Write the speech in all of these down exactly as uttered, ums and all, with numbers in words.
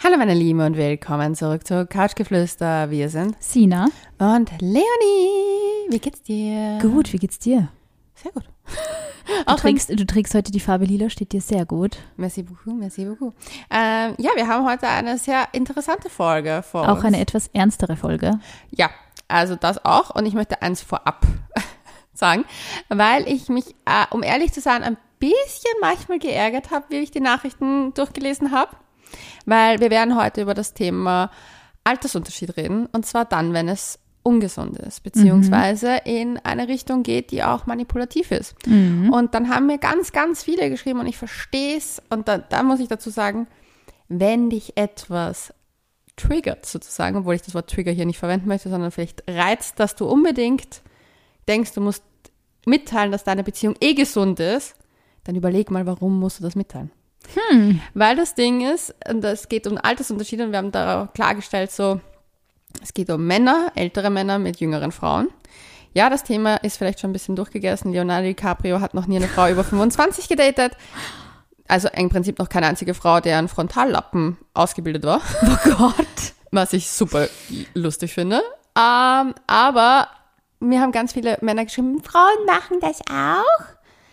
Hallo meine Lieben und willkommen zurück zu Couchgeflüster. Wir sind Sina und Leonie. Wie geht's dir? Gut, wie geht's dir? Sehr gut. Du, trägst, du trägst heute die Farbe Lila, steht dir sehr gut. Merci beaucoup, merci beaucoup. Ähm, ja, wir haben heute eine sehr interessante Folge vor Auch uns. eine etwas ernstere Folge. Ja, also das auch. Und ich möchte eins vorab sagen, weil ich mich, äh, um ehrlich zu sein, ein bisschen manchmal geärgert habe, wie ich die Nachrichten durchgelesen habe. Weil wir werden heute über das Thema Altersunterschied reden. Und zwar dann, wenn es ungesund ist, beziehungsweise mhm. in eine Richtung geht, die auch manipulativ ist. Mhm. Und dann haben mir ganz, ganz viele geschrieben und ich verstehe es. Und da, da muss ich dazu sagen, wenn dich etwas triggert sozusagen, obwohl ich das Wort Trigger hier nicht verwenden möchte, sondern vielleicht reizt, dass du unbedingt denkst, du musst mitteilen, dass deine Beziehung eh gesund ist, dann überleg mal, warum musst du das mitteilen? Hm. Weil das Ding ist, es geht um Altersunterschiede und wir haben da klargestellt, so, es geht um Männer, ältere Männer mit jüngeren Frauen. Ja, das Thema ist vielleicht schon ein bisschen durchgegessen. Leonardo DiCaprio hat noch nie eine Frau über fünfundzwanzig gedatet. Also im Prinzip noch keine einzige Frau, deren Frontallappen ausgebildet war. Oh Gott. Was ich super lustig finde. Ähm, aber mir haben ganz viele Männer geschrieben, Frauen machen das auch.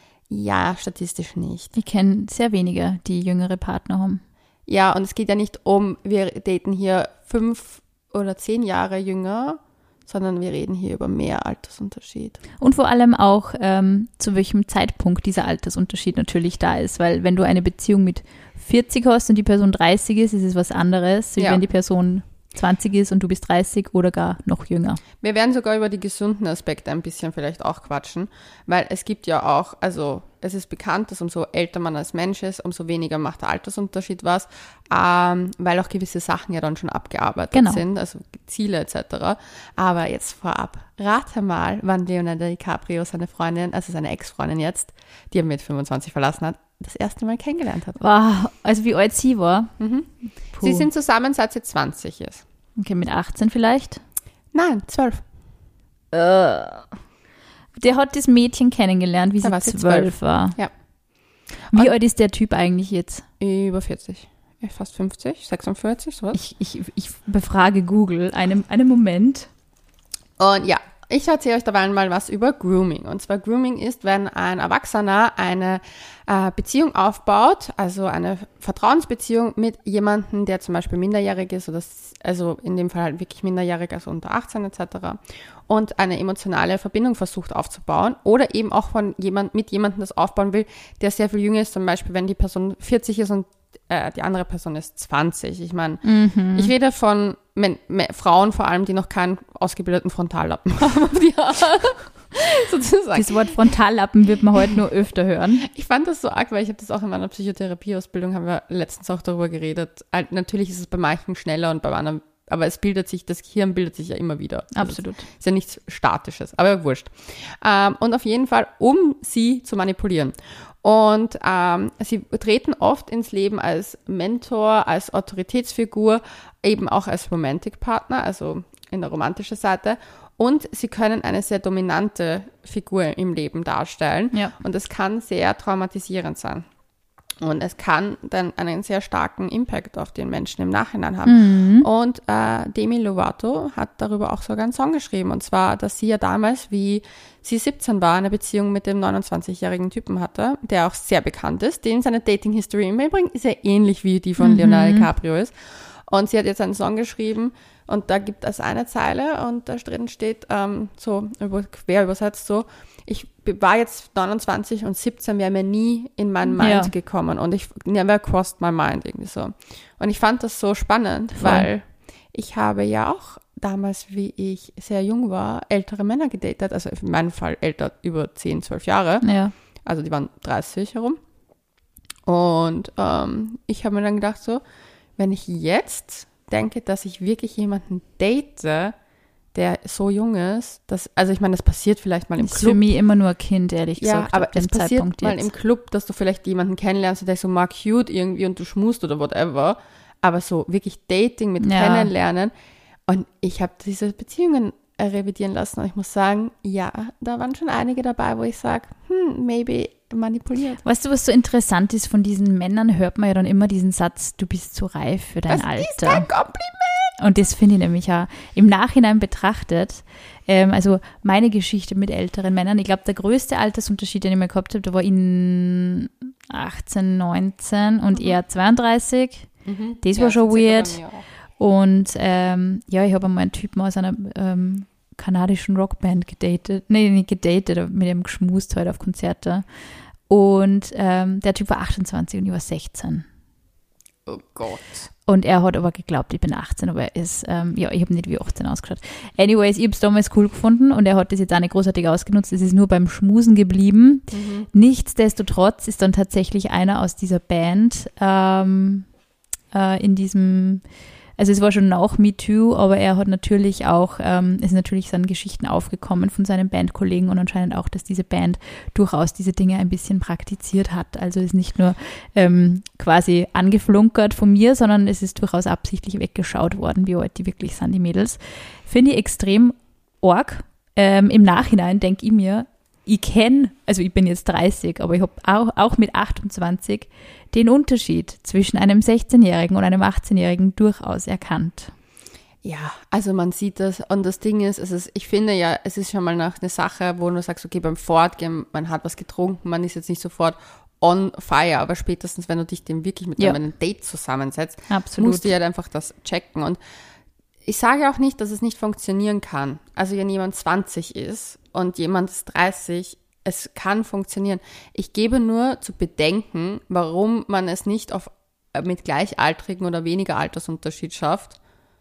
Ja, statistisch nicht. Ich kenne sehr wenige, die jüngere Partner haben. Ja, und es geht ja nicht um, wir daten hier fünf oder zehn Jahre jünger, sondern wir reden hier über mehr Altersunterschied. Und vor allem auch, ähm, zu welchem Zeitpunkt dieser Altersunterschied natürlich da ist. Weil wenn du eine Beziehung mit vierzig hast und die Person dreißig ist, ist es was anderes, wie ja. wenn die Person zwanzig ist und du bist dreißig oder gar noch jünger. Wir werden sogar über die gesunden Aspekte ein bisschen vielleicht auch quatschen, weil es gibt ja auch, also es ist bekannt, dass umso älter man als Mensch ist, umso weniger macht der Altersunterschied was, ähm, weil auch gewisse Sachen ja dann schon abgearbeitet genau. sind, also Ziele et cetera. Aber jetzt vorab, rate mal, wann Leonardo DiCaprio seine Freundin, also seine Ex-Freundin jetzt, die er mit fünfundzwanzig verlassen hat, das erste Mal kennengelernt hat. Wow, also wie alt sie war? Mhm. Sie sind zusammen, seit sie zwanzig ist. Okay, mit achtzehn vielleicht? Nein, zwölf. Uh, der hat das Mädchen kennengelernt, wie da sie zwölf war. Ja. Wie Und alt ist der Typ eigentlich jetzt? Über vierzig. Fast fünfzig, sechsundvierzig, sowas. Ich, ich, ich befrage Google. Einen, einen Moment. Und ja, ich erzähle euch dabei mal was über Grooming. Und zwar Grooming ist, wenn ein Erwachsener eine äh, Beziehung aufbaut, also eine Vertrauensbeziehung mit jemandem, der zum Beispiel minderjährig ist, oder also in dem Fall halt wirklich minderjährig, also unter achtzehn et cetera, und eine emotionale Verbindung versucht aufzubauen oder eben auch von jemand, mit jemandem das aufbauen will, der sehr viel jünger ist, zum Beispiel wenn die Person vierzig ist und äh, die andere Person ist zwanzig. Ich meine, mhm. ich rede von Men- Me- Frauen vor allem, die noch keinen ausgebildeten Frontallappen haben. Die sozusagen. Das Wort Frontallappen wird man heute nur öfter hören. Ich fand das so arg, weil ich habe das auch in meiner Psychotherapieausbildung, haben wir letztens auch darüber geredet. Natürlich ist es bei manchen schneller und bei anderen, aber es bildet sich, das Gehirn bildet sich ja immer wieder. Absolut. Das ist ja nichts Statisches, aber wurscht. Ähm, und auf jeden Fall, um sie zu manipulieren. Und ähm, sie treten oft ins Leben als Mentor, als Autoritätsfigur, eben auch als Romantic Partner, also in der romantischen Seite. Und sie können eine sehr dominante Figur im Leben darstellen. Ja. Und es kann sehr traumatisierend sein. Und es kann dann einen sehr starken Impact auf den Menschen im Nachhinein haben. Mhm. Und äh, Demi Lovato hat darüber auch sogar einen Song geschrieben. Und zwar, dass sie ja damals, wie sie siebzehn war, eine Beziehung mit dem neunundzwanzigjährigen Typen hatte, der auch sehr bekannt ist, den seine Dating-History im Übrigen sehr ähnlich wie die von mhm. Leonardo DiCaprio ist. Und sie hat jetzt einen Song geschrieben und da gibt es eine Zeile und da drin steht ähm, so über, quer übersetzt so, ich war jetzt neunundzwanzig und siebzehn wäre mir nie in meinen Mind ja. gekommen und ich never crossed my mind irgendwie so. Und ich fand das so spannend, Voll. weil ich habe ja auch damals, wie ich sehr jung war, ältere Männer gedatet, also in meinem Fall älter, über zehn, zwölf Jahre. Ja. Also die waren dreißig herum. Und ähm, ich habe mir dann gedacht so, wenn ich jetzt denke, dass ich wirklich jemanden date, der so jung ist, dass, also ich meine, das passiert vielleicht mal im ist Club. Für mich immer nur ein Kind, ehrlich ja, gesagt. Aber es passiert Zeitpunkt mal jetzt. im Club, dass du vielleicht jemanden kennenlernst, der so mal cute irgendwie und du schmust oder whatever, aber so wirklich Dating mit ja. Kennenlernen. Und ich habe diese Beziehungen revidieren lassen und ich muss sagen, ja, da waren schon einige dabei, wo ich sage, hm, maybe manipuliert. Weißt du, was so interessant ist, von diesen Männern hört man ja dann immer diesen Satz, du bist zu reif für dein das Alter. Das ist ein Kompliment. Und das finde ich nämlich ja im Nachhinein betrachtet, ähm, also meine Geschichte mit älteren Männern, ich glaube, der größte Altersunterschied, den ich mal gehabt habe, da war in achtzehn, neunzehn und mhm. er zweiunddreißig. Mhm. Das ja, war schon weird. Und ähm, ja, ich habe einmal einen Typen aus einer ähm, kanadischen Rockband gedatet. Nee, nicht gedatet, aber mit ihm geschmust halt auf Konzerte. Und ähm, der Typ war achtundzwanzig und ich war sechzehn. Oh Gott. Und er hat aber geglaubt, ich bin achtzehn, aber er ist, ähm, ja, ich habe nicht wie achtzehn ausgeschaut. Anyways, ich habe es damals cool gefunden und er hat das jetzt auch nicht großartig ausgenutzt. Es ist nur beim Schmusen geblieben. Mhm. Nichtsdestotrotz ist dann tatsächlich einer aus dieser Band ähm, äh, in diesem, also es war schon nach MeToo, aber er hat natürlich auch, ähm, es ist natürlich seine Geschichten aufgekommen von seinen Bandkollegen und anscheinend auch, dass diese Band durchaus diese Dinge ein bisschen praktiziert hat. Also es ist nicht nur ähm, quasi angeflunkert von mir, sondern es ist durchaus absichtlich weggeschaut worden, wie alt die wirklich sind, die Mädels. Finde ich extrem arg. Ähm, im Nachhinein denke ich mir, ich kenne, also ich bin jetzt dreißig, aber ich habe auch, auch mit achtundzwanzig den Unterschied zwischen einem sechzehnjährigen und einem achtzehnjährigen durchaus erkannt. Ja, also man sieht das und das Ding ist, es ist, ich finde ja, es ist schon mal nach eine Sache, wo du sagst, okay, beim Fortgehen, man hat was getrunken, man ist jetzt nicht sofort on fire, aber spätestens, wenn du dich dem wirklich mit ja. einem Date zusammensetzt, Absolut. musst du ja halt einfach das checken. Und ich sage auch nicht, dass es nicht funktionieren kann. Also wenn jemand zwanzig ist und jemand ist dreißig, es kann funktionieren. Ich gebe nur zu bedenken, warum man es nicht auf, mit Gleichaltrigen oder weniger Altersunterschied schafft,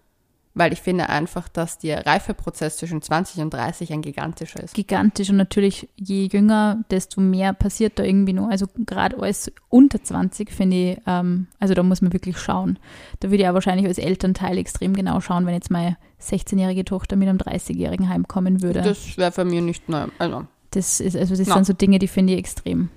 weil ich finde einfach, dass der Reifeprozess zwischen zwanzig und dreißig ein gigantischer ist. Gigantisch und natürlich je jünger, desto mehr passiert da irgendwie noch. Also gerade alles unter zwanzig finde ich, ähm, also da muss man wirklich schauen. Da würde ich auch wahrscheinlich als Elternteil extrem genau schauen, wenn jetzt meine sechzehnjährige Tochter mit einem dreißigjährigen heimkommen würde. Das wäre für mich nicht neu. Also. Das ist, also das no. sind so Dinge, die finde ich extrem.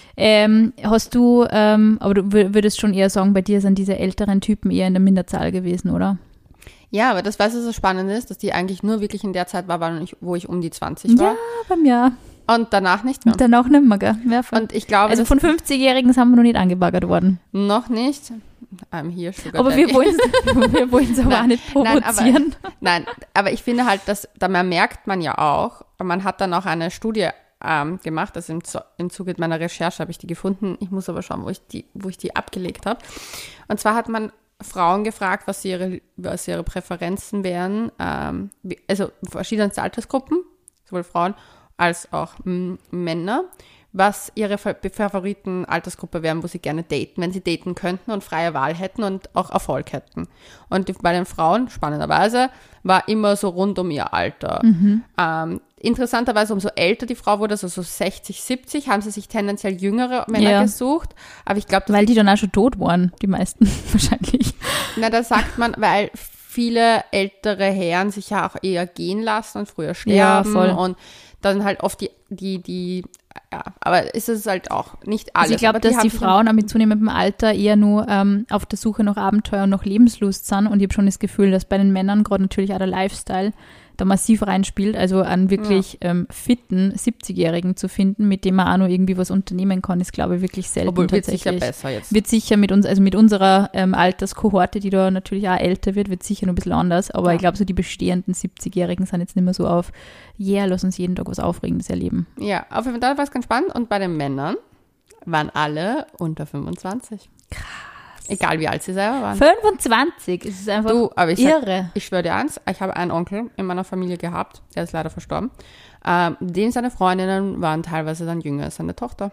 Ähm, hast du, ähm, aber du würdest schon eher sagen, bei dir sind diese älteren Typen eher in der Minderzahl gewesen, oder? Ja, aber das, was so spannend ist, dass die eigentlich nur wirklich in der Zeit war, wo ich um die zwanzig war. Ja, bei mir. Und danach nicht mehr. Und danach nicht mehr, gell? Mehr von, und ich glaube, also von fünfzigjährigen sind wir noch nicht angebaggert worden. Noch nicht. I'm here, Sugar Aber Daddy. wir wollen es wir wollen's aber nein, auch nicht provozieren. Nein aber, nein, aber ich finde halt, dass da merkt man ja auch, man hat dann auch eine Studie ähm, gemacht, also im, im Zuge meiner Recherche habe ich die gefunden. Ich muss aber schauen, wo ich die, wo ich die abgelegt habe. Und zwar hat man Frauen gefragt, was ihre, was ihre Präferenzen wären, ähm, also verschiedenste Altersgruppen, sowohl Frauen als auch m- Männer, was ihre Favoriten Altersgruppe wären, wo sie gerne daten, wenn sie daten könnten und freie Wahl hätten und auch Erfolg hätten. Und die, bei den Frauen, spannenderweise, war immer so rund um ihr Alter. Mhm. Ähm, interessanterweise, umso älter die Frau wurde, also so sechzig, siebzig, haben sie sich tendenziell jüngere Männer ja. gesucht. Aber ich glaube, weil die dann auch schon tot waren, die meisten wahrscheinlich. Na, da sagt man, weil viele ältere Herren sich ja auch eher gehen lassen und früher sterben. Ja, voll. Und dann halt oft die, die, die, ja, aber ist es halt auch nicht alles. Also ich glaube, dass die, die Frauen auch mit zunehmendem Alter eher nur ähm, auf der Suche nach Abenteuer und nach Lebenslust sind und ich habe schon das Gefühl, dass bei den Männern gerade natürlich auch der Lifestyle da massiv reinspielt, also einen wirklich ja. ähm, fitten siebzigjährigen zu finden, mit dem man auch noch irgendwie was unternehmen kann, ist, glaube ich, wirklich selten. Obwohl, wird tatsächlich. sicher besser jetzt. Wird sicher mit uns, also mit unserer ähm, Alterskohorte, die da natürlich auch älter wird, wird sicher noch ein bisschen anders, aber ja. ich glaube, so die bestehenden siebzigjährigen sind jetzt nicht mehr so auf, yeah, lass uns jeden Tag was Aufregendes erleben. Ja, auf jeden Fall war es ganz spannend und bei den Männern waren alle unter fünfundzwanzig. Krass. Egal wie alt sie selber waren. fünfundzwanzig, es ist einfach du, aber ich irre. Sag, ich schwöre dir eins, ich habe einen Onkel in meiner Familie gehabt, der ist leider verstorben. Ähm, dem seine Freundinnen waren teilweise dann jünger als seine Tochter.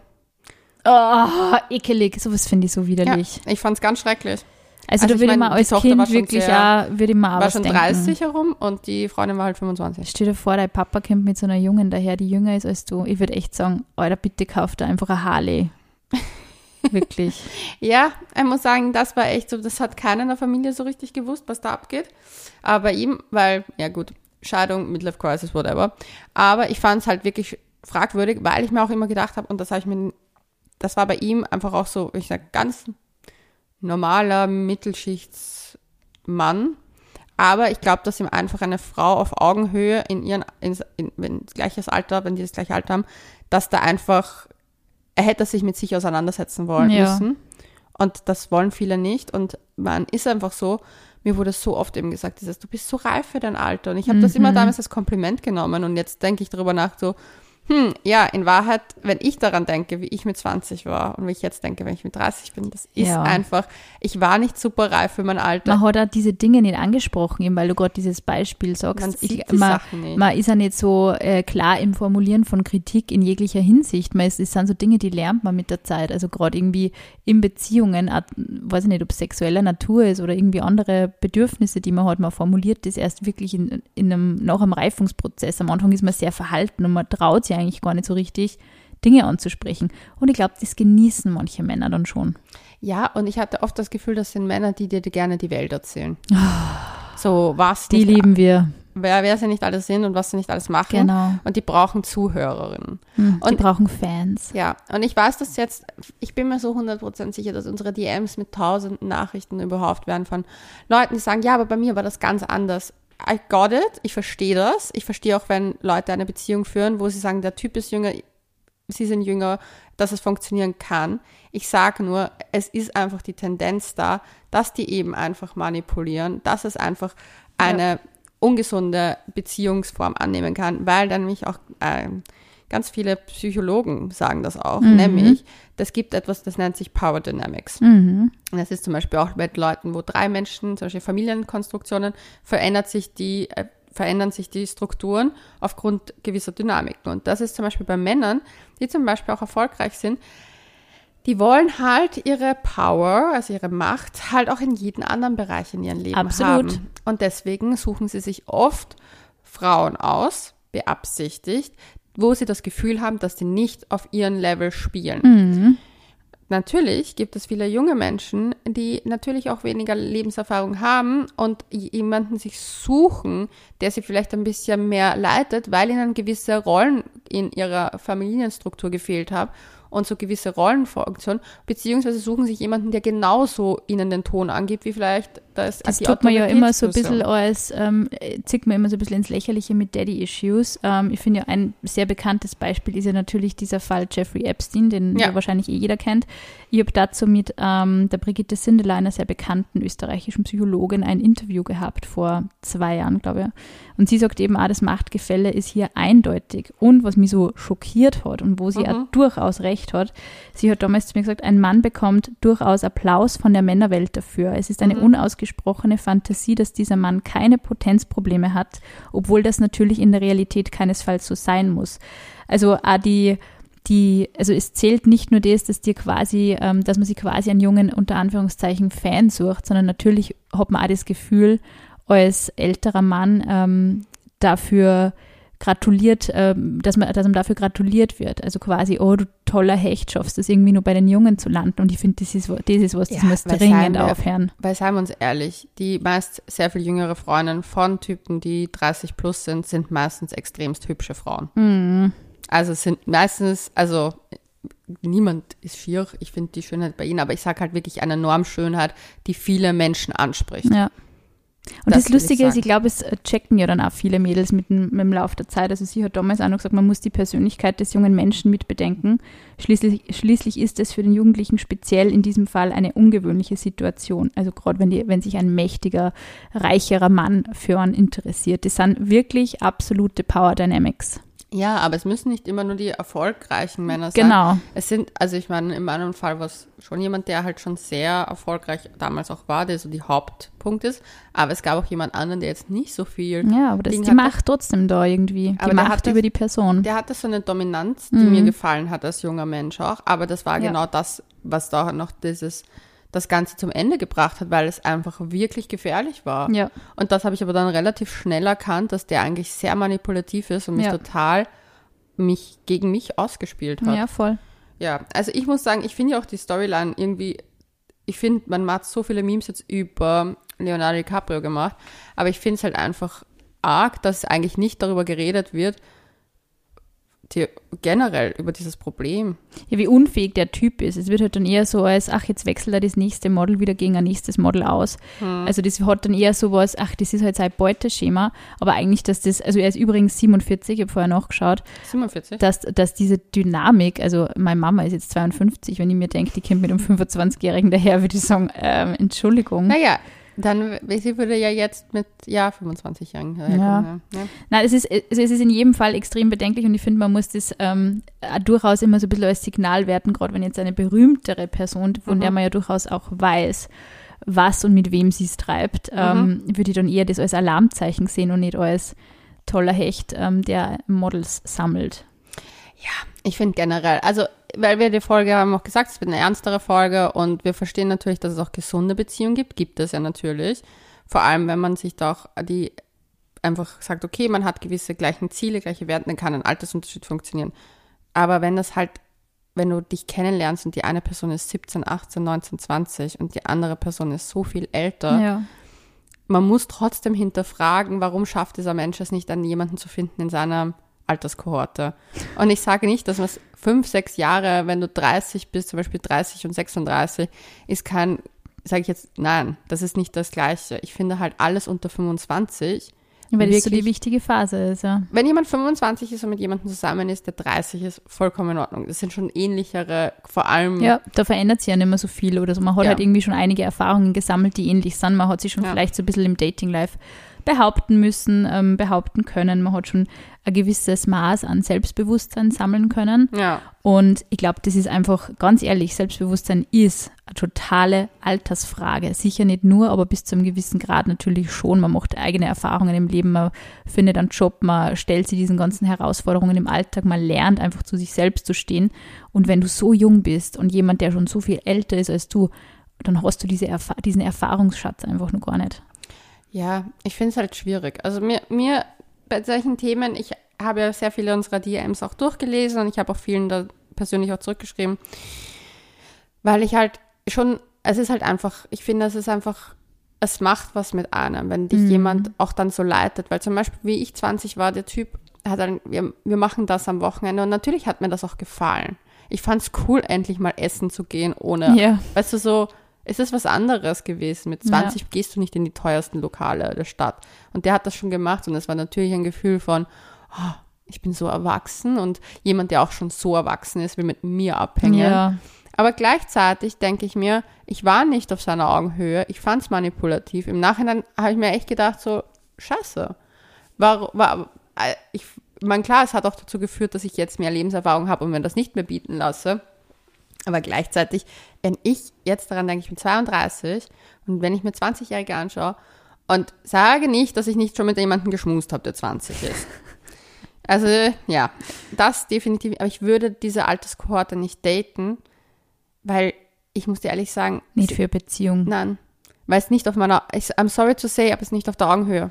Oh, ekelig, sowas finde ich so widerlich. Ja, ich fand es ganz schrecklich. Also, also da würde ich mal als Kind wirklich auch, würde ich mal auch war schon denken. dreißig herum und die Freundin war halt fünfundzwanzig. Stell dir vor, dein Papa kommt mit so einer Jungen daher, die jünger ist als du. Ich würde echt sagen, Alter, bitte kauf da einfach eine Harley. Wirklich. Ja, ich muss sagen, das war echt so, das hat keiner in der Familie so richtig gewusst, was da abgeht. Aber bei ihm, weil, ja gut, Scheidung, Midlife Crisis, whatever. Aber ich fand es halt wirklich fragwürdig, weil ich mir auch immer gedacht habe, und das habe ich mir, das war bei ihm einfach auch so, ich sag, ganz normaler Mittelschichtsmann. Aber ich glaube, dass ihm einfach eine Frau auf Augenhöhe in ihren, in, in, in gleiches Alter, wenn die das gleiche Alter haben, dass da einfach er hätte sich mit sich auseinandersetzen wollen Ja. müssen. Und das wollen viele nicht. Und man ist einfach so, mir wurde so oft eben gesagt, dieses, du bist so reif für dein Alter. Und ich habe Mhm. das immer damals als Kompliment genommen. Und jetzt denke ich darüber nach, so, hm, ja, in Wahrheit, wenn ich daran denke, wie ich mit zwanzig war und wie ich jetzt denke, wenn ich mit dreißig bin, das ist Ja. einfach, ich war nicht super reif für mein Alter. Man hat auch diese Dinge nicht angesprochen, eben weil du gerade dieses Beispiel sagst. Man sieht ich, die man, Sachen nicht. man ist ja nicht so äh, klar im Formulieren von Kritik in jeglicher Hinsicht. Man ist, es sind so Dinge, die lernt man mit der Zeit. Also gerade irgendwie in Beziehungen, auch, weiß ich nicht, ob es sexueller Natur ist oder irgendwie andere Bedürfnisse, die man hat, man formuliert das erst wirklich in, in einem, nach einem Reifungsprozess. Am Anfang ist man sehr verhalten und man traut sich eigentlich gar nicht so richtig, Dinge anzusprechen. Und ich glaube, das genießen manche Männer dann schon. Ja, und ich hatte oft das Gefühl, das sind Männer, die dir gerne die Welt erzählen. So, was Die nicht, lieben wir. wer, wer sie nicht alles sind und was sie nicht alles machen. Genau. Und die brauchen Zuhörerinnen. Hm, die Und- brauchen Fans. Ja, und ich weiß das jetzt, ich bin mir so hundert Prozent sicher, dass unsere D Ms mit tausenden Nachrichten überhaupt werden von Leuten, die sagen, ja, aber bei mir war das ganz anders. I got it, ich verstehe das. Ich verstehe auch, wenn Leute eine Beziehung führen, wo sie sagen, der Typ ist jünger, sie sind jünger, dass es funktionieren kann. Ich sage nur, es ist einfach die Tendenz da, dass die eben einfach manipulieren, dass es einfach eine ungesunde Beziehungsform annehmen kann, weil dann nämlich auch ähm, ganz viele Psychologen sagen das auch, Mhm. nämlich, das gibt etwas, das nennt sich Power Dynamics. Mhm. Und das ist zum Beispiel auch mit Leuten, wo drei Menschen, zum Beispiel Familienkonstruktionen, verändert sich die, äh, verändern sich die Strukturen aufgrund gewisser Dynamiken. Und das ist zum Beispiel bei Männern, die zum Beispiel auch erfolgreich sind, die wollen halt ihre Power, also ihre Macht, halt auch in jedem anderen Bereich in ihrem Leben Absolut. haben. Und deswegen suchen sie sich oft Frauen aus, beabsichtigt, wo sie das Gefühl haben, dass sie nicht auf ihrem Level spielen. Mhm. Natürlich gibt es viele junge Menschen, die natürlich auch weniger Lebenserfahrung haben und jemanden sich suchen, der sie vielleicht ein bisschen mehr leitet, weil ihnen gewisse Rollen in ihrer Familienstruktur gefehlt haben und so gewisse Rollenfunktionen, beziehungsweise suchen sich jemanden, der genauso ihnen den Ton angibt, wie vielleicht das Das die tut man ja immer so ein Autoritätsperson. bisschen als, ähm, zieht man immer so ein bisschen ins Lächerliche mit Daddy-Issues. Ähm, ich finde ja, ein sehr bekanntes Beispiel ist ja natürlich dieser Fall Jeffrey Epstein, den Ja. ja wahrscheinlich eh jeder kennt. Ich habe dazu mit ähm, der Brigitte Sindeler, einer sehr bekannten österreichischen Psychologin, ein Interview gehabt vor zwei Jahren, glaube ich. Und sie sagt eben auch, das Machtgefälle ist hier eindeutig. Und was mich so schockiert hat und wo sie Mhm. auch durchaus recht hat, sie hat damals zu mir gesagt, ein Mann bekommt durchaus Applaus von der Männerwelt dafür. Es ist eine Mhm. unausgesprochene Fantasie, dass dieser Mann keine Potenzprobleme hat, obwohl das natürlich in der Realität keinesfalls so sein muss. Also auch die die, also es zählt nicht nur das, dass dir quasi, ähm, dass man sich quasi einen jungen, unter Anführungszeichen, Fan sucht, sondern natürlich hat man auch das Gefühl, als älterer Mann ähm, dafür gratuliert, ähm, dass man, dass man dafür gratuliert wird. Also quasi, oh, du toller Hecht, schaffst es irgendwie nur bei den Jungen zu landen. Und ich finde, das ist, das ist was, das Ja, muss weil dringend seien wir- aufhören. Weil seien wir uns ehrlich, die meist sehr viel jüngere Freundinnen von Typen, die dreißig plus sind, sind meistens extremst hübsche Frauen. Mhm. Also es sind meistens, also niemand ist schier, ich finde die Schönheit bei ihnen, aber ich sage halt wirklich eine Normschönheit, die viele Menschen anspricht. Ja. Und Das das, will ich Lustige ist, sagen. ich glaube, es äh, checken ja dann auch viele Mädels mit dem, mit dem Lauf der Zeit. Also sie hat damals auch noch gesagt, man muss die Persönlichkeit des jungen Menschen mit bedenken. Schließlich, schließlich ist es für den Jugendlichen speziell in diesem Fall eine ungewöhnliche Situation. Also gerade wenn, die, wenn sich ein mächtiger, reicherer Mann für einen interessiert. Das sind wirklich absolute Power Dynamics. Ja, aber es müssen nicht immer nur die erfolgreichen Männer sein. Genau. Es sind, also ich meine, in meinem Fall war es schon jemand, der halt schon sehr erfolgreich damals auch war, der so die Hauptpunkt ist. Aber es gab auch jemand anderen, der jetzt nicht so viel. Ja, aber das, Ding die hat. Macht trotzdem da irgendwie. Aber Die der Macht hat das- über die Person. Der hatte so eine Dominanz, die Mhm. mir gefallen hat als junger Mensch auch. Aber das war Ja. genau das, was da noch dieses, das Ganze zum Ende gebracht hat, weil es einfach wirklich gefährlich war. Ja. Und das habe ich aber dann relativ schnell erkannt, dass der eigentlich sehr manipulativ ist und mich Ja. total mich gegen mich ausgespielt hat. Ja, voll. Ja, also ich muss sagen, ich finde ja auch die Storyline irgendwie, ich finde, man hat so viele Memes jetzt über Leonardo DiCaprio gemacht, aber ich finde es halt einfach arg, dass eigentlich nicht darüber geredet wird, die, generell über dieses Problem. Ja, wie unfähig der Typ ist. Es wird halt dann eher so als, ach, jetzt wechselt er das nächste Model wieder gegen ein nächstes Model aus. Hm. Also das hat dann eher so was, ach, das ist halt sein Beuteschema. Aber eigentlich, dass das, also er ist übrigens siebenundvierzig, ich habe vorher nachgeschaut. siebenundvierzig? Dass, dass diese Dynamik, also meine Mama ist jetzt zweiundfünfzig, wenn ich mir denke, die kommt mit einem fünfundzwanzigjährigen daher, würde ich sagen, ähm, Entschuldigung. Naja, dann, sie würde ja jetzt mit, ja, fünfundzwanzigjährigen. Ja. Ja. Ja. Nein, es ist, es ist in jedem Fall extrem bedenklich und ich finde, man muss das ähm, durchaus immer so ein bisschen als Signal werten, gerade wenn jetzt eine berühmtere Person, von mhm. der man ja durchaus auch weiß, was und mit wem sie es treibt, mhm. ähm, würde ich dann eher das als Alarmzeichen sehen und nicht als toller Hecht, ähm, der Models sammelt. Ja, ich finde generell, also weil wir die Folge haben auch gesagt, es wird eine ernstere Folge und wir verstehen natürlich, dass es auch gesunde Beziehungen gibt, gibt es ja natürlich. Vor allem, wenn man sich doch die einfach sagt, okay, man hat gewisse gleichen Ziele, gleiche Werte, dann kann ein Altersunterschied funktionieren. Aber wenn das halt, wenn du dich kennenlernst und die eine Person ist siebzehn, achtzehn, neunzehn, zwanzig und die andere Person ist so viel älter, ja. man muss trotzdem hinterfragen, warum schafft dieser Mensch es nicht, dann jemanden zu finden in seiner Alterskohorte. Und ich sage nicht, dass man es fünf, sechs Jahre, wenn du dreißig bist, zum Beispiel dreißig und sechsunddreißig, ist kein, sage ich jetzt, nein, das ist nicht das Gleiche. Ich finde halt alles unter fünfundzwanzig. Weil das so die wichtige Phase ist, ja. Wenn jemand fünfundzwanzig ist und mit jemandem zusammen ist, der dreißig ist, vollkommen in Ordnung. Das sind schon ähnlichere, vor allem. Ja, da verändert sich ja nicht mehr so viel oder so. Man hat ja. halt irgendwie schon einige Erfahrungen gesammelt, die ähnlich sind. Man hat sich schon ja. vielleicht so ein bisschen im Dating-Life behaupten müssen, ähm, behaupten können. Man hat schon ein gewisses Maß an Selbstbewusstsein sammeln können. Ja. Und ich glaube, das ist einfach, ganz ehrlich, Selbstbewusstsein ist eine totale Altersfrage. Sicher nicht nur, aber bis zu einem gewissen Grad natürlich schon. Man macht eigene Erfahrungen im Leben, man findet einen Job, man stellt sich diesen ganzen Herausforderungen im Alltag, man lernt einfach zu sich selbst zu stehen. Und wenn du so jung bist und jemand, der schon so viel älter ist als du, dann hast du diese Erfa- diesen Erfahrungsschatz einfach noch gar nicht. Ja, ich finde es halt schwierig. Also mir, mir bei solchen Themen, ich habe ja sehr viele unserer D Ms auch durchgelesen und ich habe auch vielen da persönlich auch zurückgeschrieben, weil ich halt schon, es ist halt einfach, ich finde, es ist einfach, es macht was mit einem, wenn dich mhm. jemand auch dann so leitet, weil zum Beispiel, wie ich zwanzig war, der Typ hat dann, wir, wir machen das am Wochenende und natürlich hat mir das auch gefallen. Ich fand es cool, endlich mal essen zu gehen, ohne, ja. weißt du, so, es ist was anderes gewesen. Mit zwanzig ja. gehst du nicht in die teuersten Lokale der Stadt. Und der hat das schon gemacht und es war natürlich ein Gefühl von, oh, ich bin so erwachsen und jemand, der auch schon so erwachsen ist, will mit mir abhängen. Ja. Aber gleichzeitig denke ich mir, ich war nicht auf seiner Augenhöhe, ich fand es manipulativ. Im Nachhinein habe ich mir echt gedacht, so, scheiße. War, war, ich meine, klar, es hat auch dazu geführt, dass ich jetzt mehr Lebenserfahrung habe und mir das nicht mehr bieten lasse. Aber gleichzeitig, wenn ich jetzt daran denke, ich bin zweiunddreißig und wenn ich mir zwanzigjährige anschaue und sage nicht, dass ich nicht schon mit jemandem geschmust habe, der zwanzig ist. Also ja, das definitiv. Aber ich würde diese Alterskohorte nicht daten, weil ich muss dir ehrlich sagen. Nicht für Beziehung. Nein, weil es nicht auf meiner, I'm sorry to say, aber es ist nicht auf der Augenhöhe.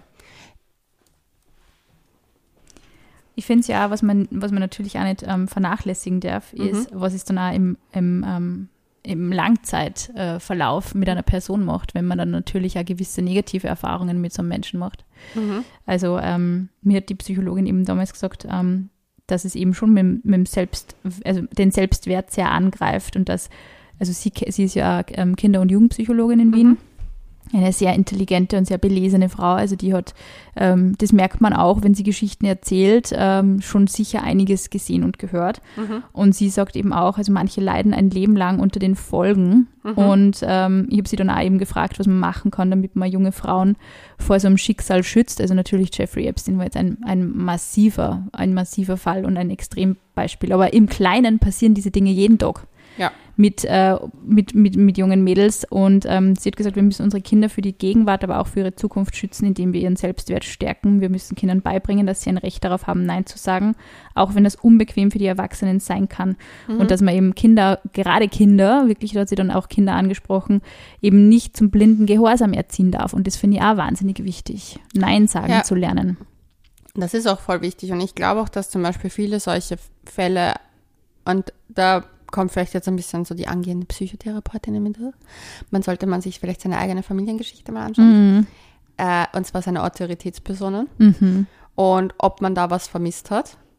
Ich finde es ja, was man, was man natürlich auch nicht ähm, vernachlässigen darf, ist, mhm. was es dann auch im, im, ähm, im Langzeitverlauf äh, mit einer Person macht, wenn man dann natürlich auch gewisse negative Erfahrungen mit so einem Menschen macht. Mhm. Also ähm, mir hat die Psychologin eben damals gesagt, ähm, dass es eben schon mit, mit dem Selbst, also den Selbstwert sehr angreift und dass, also sie, sie ist ja ähm, Kinder- und Jugendpsychologin in Wien. Mhm. Eine sehr intelligente und sehr belesene Frau, also die hat, ähm, das merkt man auch, wenn sie Geschichten erzählt, ähm, schon sicher einiges gesehen und gehört. Mhm. Und sie sagt eben auch, also manche leiden ein Leben lang unter den Folgen. Mhm. Und ähm, ich habe sie dann auch eben gefragt, was man machen kann, damit man junge Frauen vor so einem Schicksal schützt. Also natürlich Jeffrey Epstein war jetzt ein, ein massiver, ein massiver Fall und ein Extrembeispiel. Aber im Kleinen passieren diese Dinge jeden Tag. Ja. Mit, äh, mit, mit, mit jungen Mädels und ähm, sie hat gesagt, wir müssen unsere Kinder für die Gegenwart, aber auch für ihre Zukunft schützen, indem wir ihren Selbstwert stärken. Wir müssen Kindern beibringen, dass sie ein Recht darauf haben, Nein zu sagen, auch wenn das unbequem für die Erwachsenen sein kann. Mhm. Und dass man eben Kinder, gerade Kinder, wirklich, da hat sie dann auch Kinder angesprochen, eben nicht zum blinden Gehorsam erziehen darf. Und das finde ich auch wahnsinnig wichtig, Nein sagen ja. zu lernen. Das ist auch voll wichtig und ich glaube auch, dass zum Beispiel viele solche Fälle, und da kommt vielleicht jetzt ein bisschen so die angehende Psychotherapeutin mit. Man sollte man sich vielleicht seine eigene Familiengeschichte mal anschauen. Mhm. Äh, und zwar seine Autoritätspersonen. Mhm. Und ob man da was vermisst hat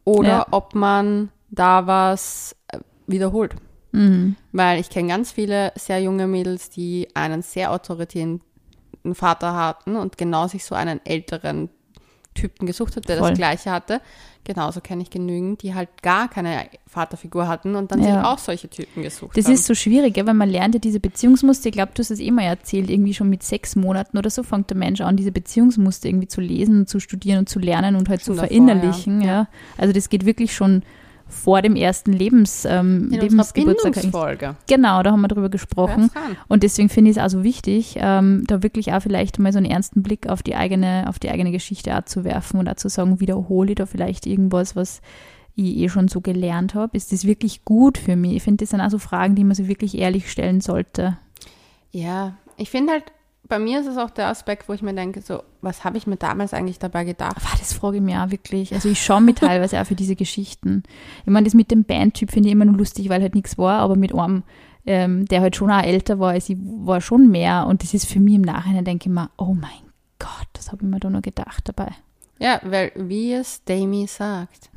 oder Ja. ob man da was äh, wiederholt. Mhm. Weil ich kenne ganz viele sehr junge Mädels, die einen sehr autoritären Vater hatten und genau sich so einen älteren Typen gesucht hat, der Voll. das Gleiche hatte. Genauso kenne ich genügend, die halt gar keine Vaterfigur hatten und dann Ja. sich auch solche Typen gesucht Das haben. ist so schwierig, gell, weil man lernt ja diese Beziehungsmuster, ich glaube, du hast es eh mal erzählt, irgendwie schon mit sechs Monaten oder so fängt der Mensch an, diese Beziehungsmuster irgendwie zu lesen, zu studieren und zu lernen und halt Schon zu davor, verinnerlichen. ja. Ja. Ja. Also das geht wirklich schon vor dem ersten Lebens, ähm, In unserer Lebensgeburtstag. Bindungsfolge. Genau, da haben wir drüber gesprochen. Hört's ran. Und deswegen finde ich es also wichtig, ähm, da wirklich auch vielleicht mal so einen ernsten Blick auf die eigene, auf die eigene Geschichte auch zu werfen und auch zu sagen, wiederhole ich da vielleicht irgendwas, was ich eh schon so gelernt habe. Ist das wirklich gut für mich? Ich finde, das sind auch so Fragen, die man sich wirklich ehrlich stellen sollte. Ja, ich finde halt, bei mir ist es auch der Aspekt, wo ich mir denke, so, was habe ich mir damals eigentlich dabei gedacht? Aber das frage ich mich auch wirklich. Also ich schaue mich teilweise auch für diese Geschichten. Ich meine, das mit dem Bandtyp finde ich immer nur lustig, weil halt nichts war, aber mit einem, ähm, der halt schon auch älter war als ich, war schon mehr. Und das ist für mich im Nachhinein, denke ich mir, oh mein Gott, das habe ich mir da noch gedacht dabei. Ja, weil, wie es Damie sagt,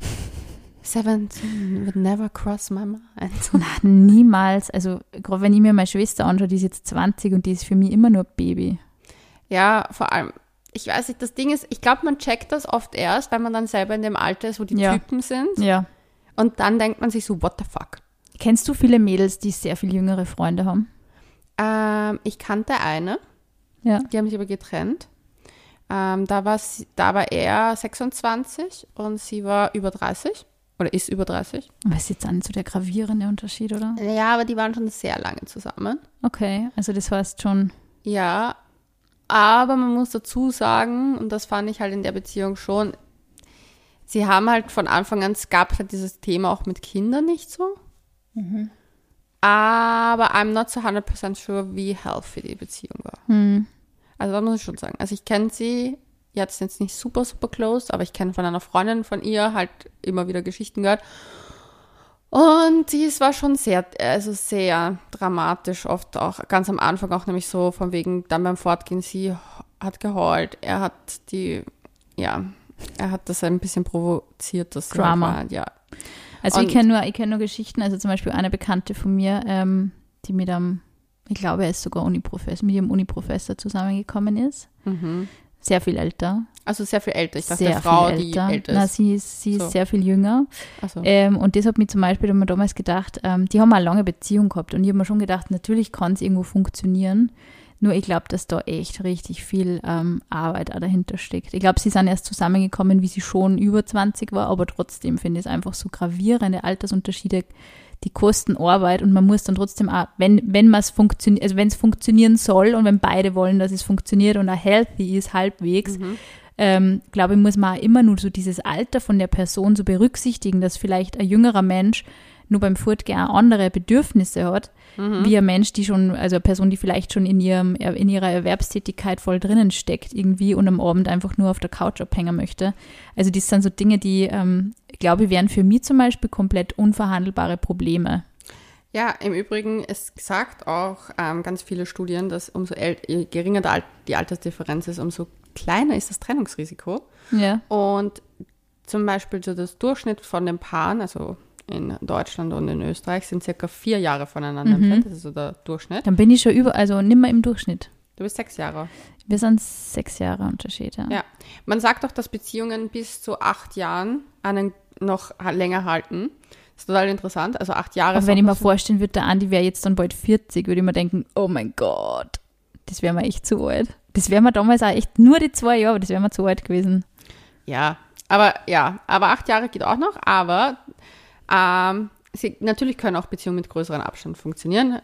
seventeen would never cross my mind. Nein, niemals. Also gerade wenn ich mir meine Schwester anschaue, die ist jetzt zwanzig und die ist für mich immer nur ein Baby. Ja, vor allem, ich weiß nicht, das Ding ist, ich glaube, man checkt das oft erst, wenn man dann selber in dem Alter ist, wo die Ja. Typen sind. Ja. Und dann denkt man sich so, what the fuck? Kennst du viele Mädels, die sehr viel jüngere Freunde haben? Ähm, ich kannte eine, Ja. die haben sich aber getrennt. Ähm, da, war sie, da war er sechsundzwanzig und sie war über dreißig oder ist über dreißig. Aber ist jetzt auch nicht so der gravierende Unterschied, oder? Ja, aber die waren schon sehr lange zusammen. Okay, also das heißt schon, Ja, aber man muss dazu sagen, und das fand ich halt in der Beziehung schon, sie haben halt von Anfang an, es gab halt dieses Thema auch mit Kindern nicht so. Aber I'm not so hundert percent sure, wie healthy die Beziehung war. hm, Also das muss ich schon sagen. Also ich kenne sie jetzt jetzt nicht super, super close, aber ich kenne von einer Freundin von ihr halt immer wieder Geschichten gehört. Und es war schon sehr, also sehr dramatisch, oft auch ganz am Anfang auch nämlich so von wegen, dann beim Fortgehen, sie hat geheult, er hat die, ja, er hat das ein bisschen provoziert, das Drama. Halt, ja. Also Und- ich kenne nur, ich kenn nur Geschichten, also zum Beispiel eine Bekannte von mir, ähm, die mit einem, ich glaube, er ist sogar Uniprofessor, mit ihrem Uniprofessor zusammengekommen ist. Mhm. Sehr viel älter. Also sehr viel älter. Ich dachte, sehr eine Frau, viel die älter. älter Na, ist. sie ist, sie ist So. sehr viel jünger. Also, Ähm, und das hat mich zum Beispiel, da haben wir damals gedacht, ähm, die haben eine lange Beziehung gehabt und ich habe mir schon gedacht, natürlich kann es irgendwo funktionieren. Nur ich glaube, dass da echt richtig viel ähm, Arbeit auch dahinter steckt. Ich glaube, sie sind erst zusammengekommen, wie sie schon über zwanzig war, aber trotzdem finde ich es einfach so gravierende Altersunterschiede, die kosten Arbeit und man muss dann trotzdem auch, wenn, wenn man es funktioniert, also wenn es funktionieren soll und wenn beide wollen, dass es funktioniert und auch healthy ist, halbwegs, mhm. ähm, glaube ich, muss man auch immer nur so dieses Alter von der Person so berücksichtigen, dass vielleicht ein jüngerer Mensch nur beim Fortgehen auch andere Bedürfnisse hat, Mhm. wie ein Mensch, die schon, also eine Person, die vielleicht schon in ihrem, in ihrer Erwerbstätigkeit voll drinnen steckt irgendwie und am Abend einfach nur auf der Couch abhängen möchte. Also das sind so Dinge, die, ähm, glaube ich, wären für mich zum Beispiel komplett unverhandelbare Probleme. Ja, im Übrigen, es sagt auch ähm, ganz viele Studien, dass umso äl- je geringer der Al- die Altersdifferenz ist, umso kleiner ist das Trennungsrisiko. Ja. Und zum Beispiel so das Durchschnitt von den Paaren, also in Deutschland und in Österreich, sind circa vier Jahre voneinander Mhm. entfernt. Das ist so der Durchschnitt. Dann bin ich schon über, also nimmer im Durchschnitt. Du bist sechs Jahre. Wir sind sechs Jahre Unterschied, ja. Ja. Man sagt auch, dass Beziehungen bis zu acht Jahren einen noch ha- länger halten. Das ist total interessant. Also acht Jahre. Aber ist wenn auch ich mir noch so- vorstellen würde, der Andi wäre jetzt dann bald vierzig, würde ich mir denken, oh mein Gott, das wäre mir echt zu alt. Das wäre mir damals auch echt nur die zwei Jahre, aber das wäre mir zu alt gewesen. Ja, aber ja, aber acht Jahre geht auch noch, aber ähm, sie, natürlich können auch Beziehungen mit größerem Abstand funktionieren.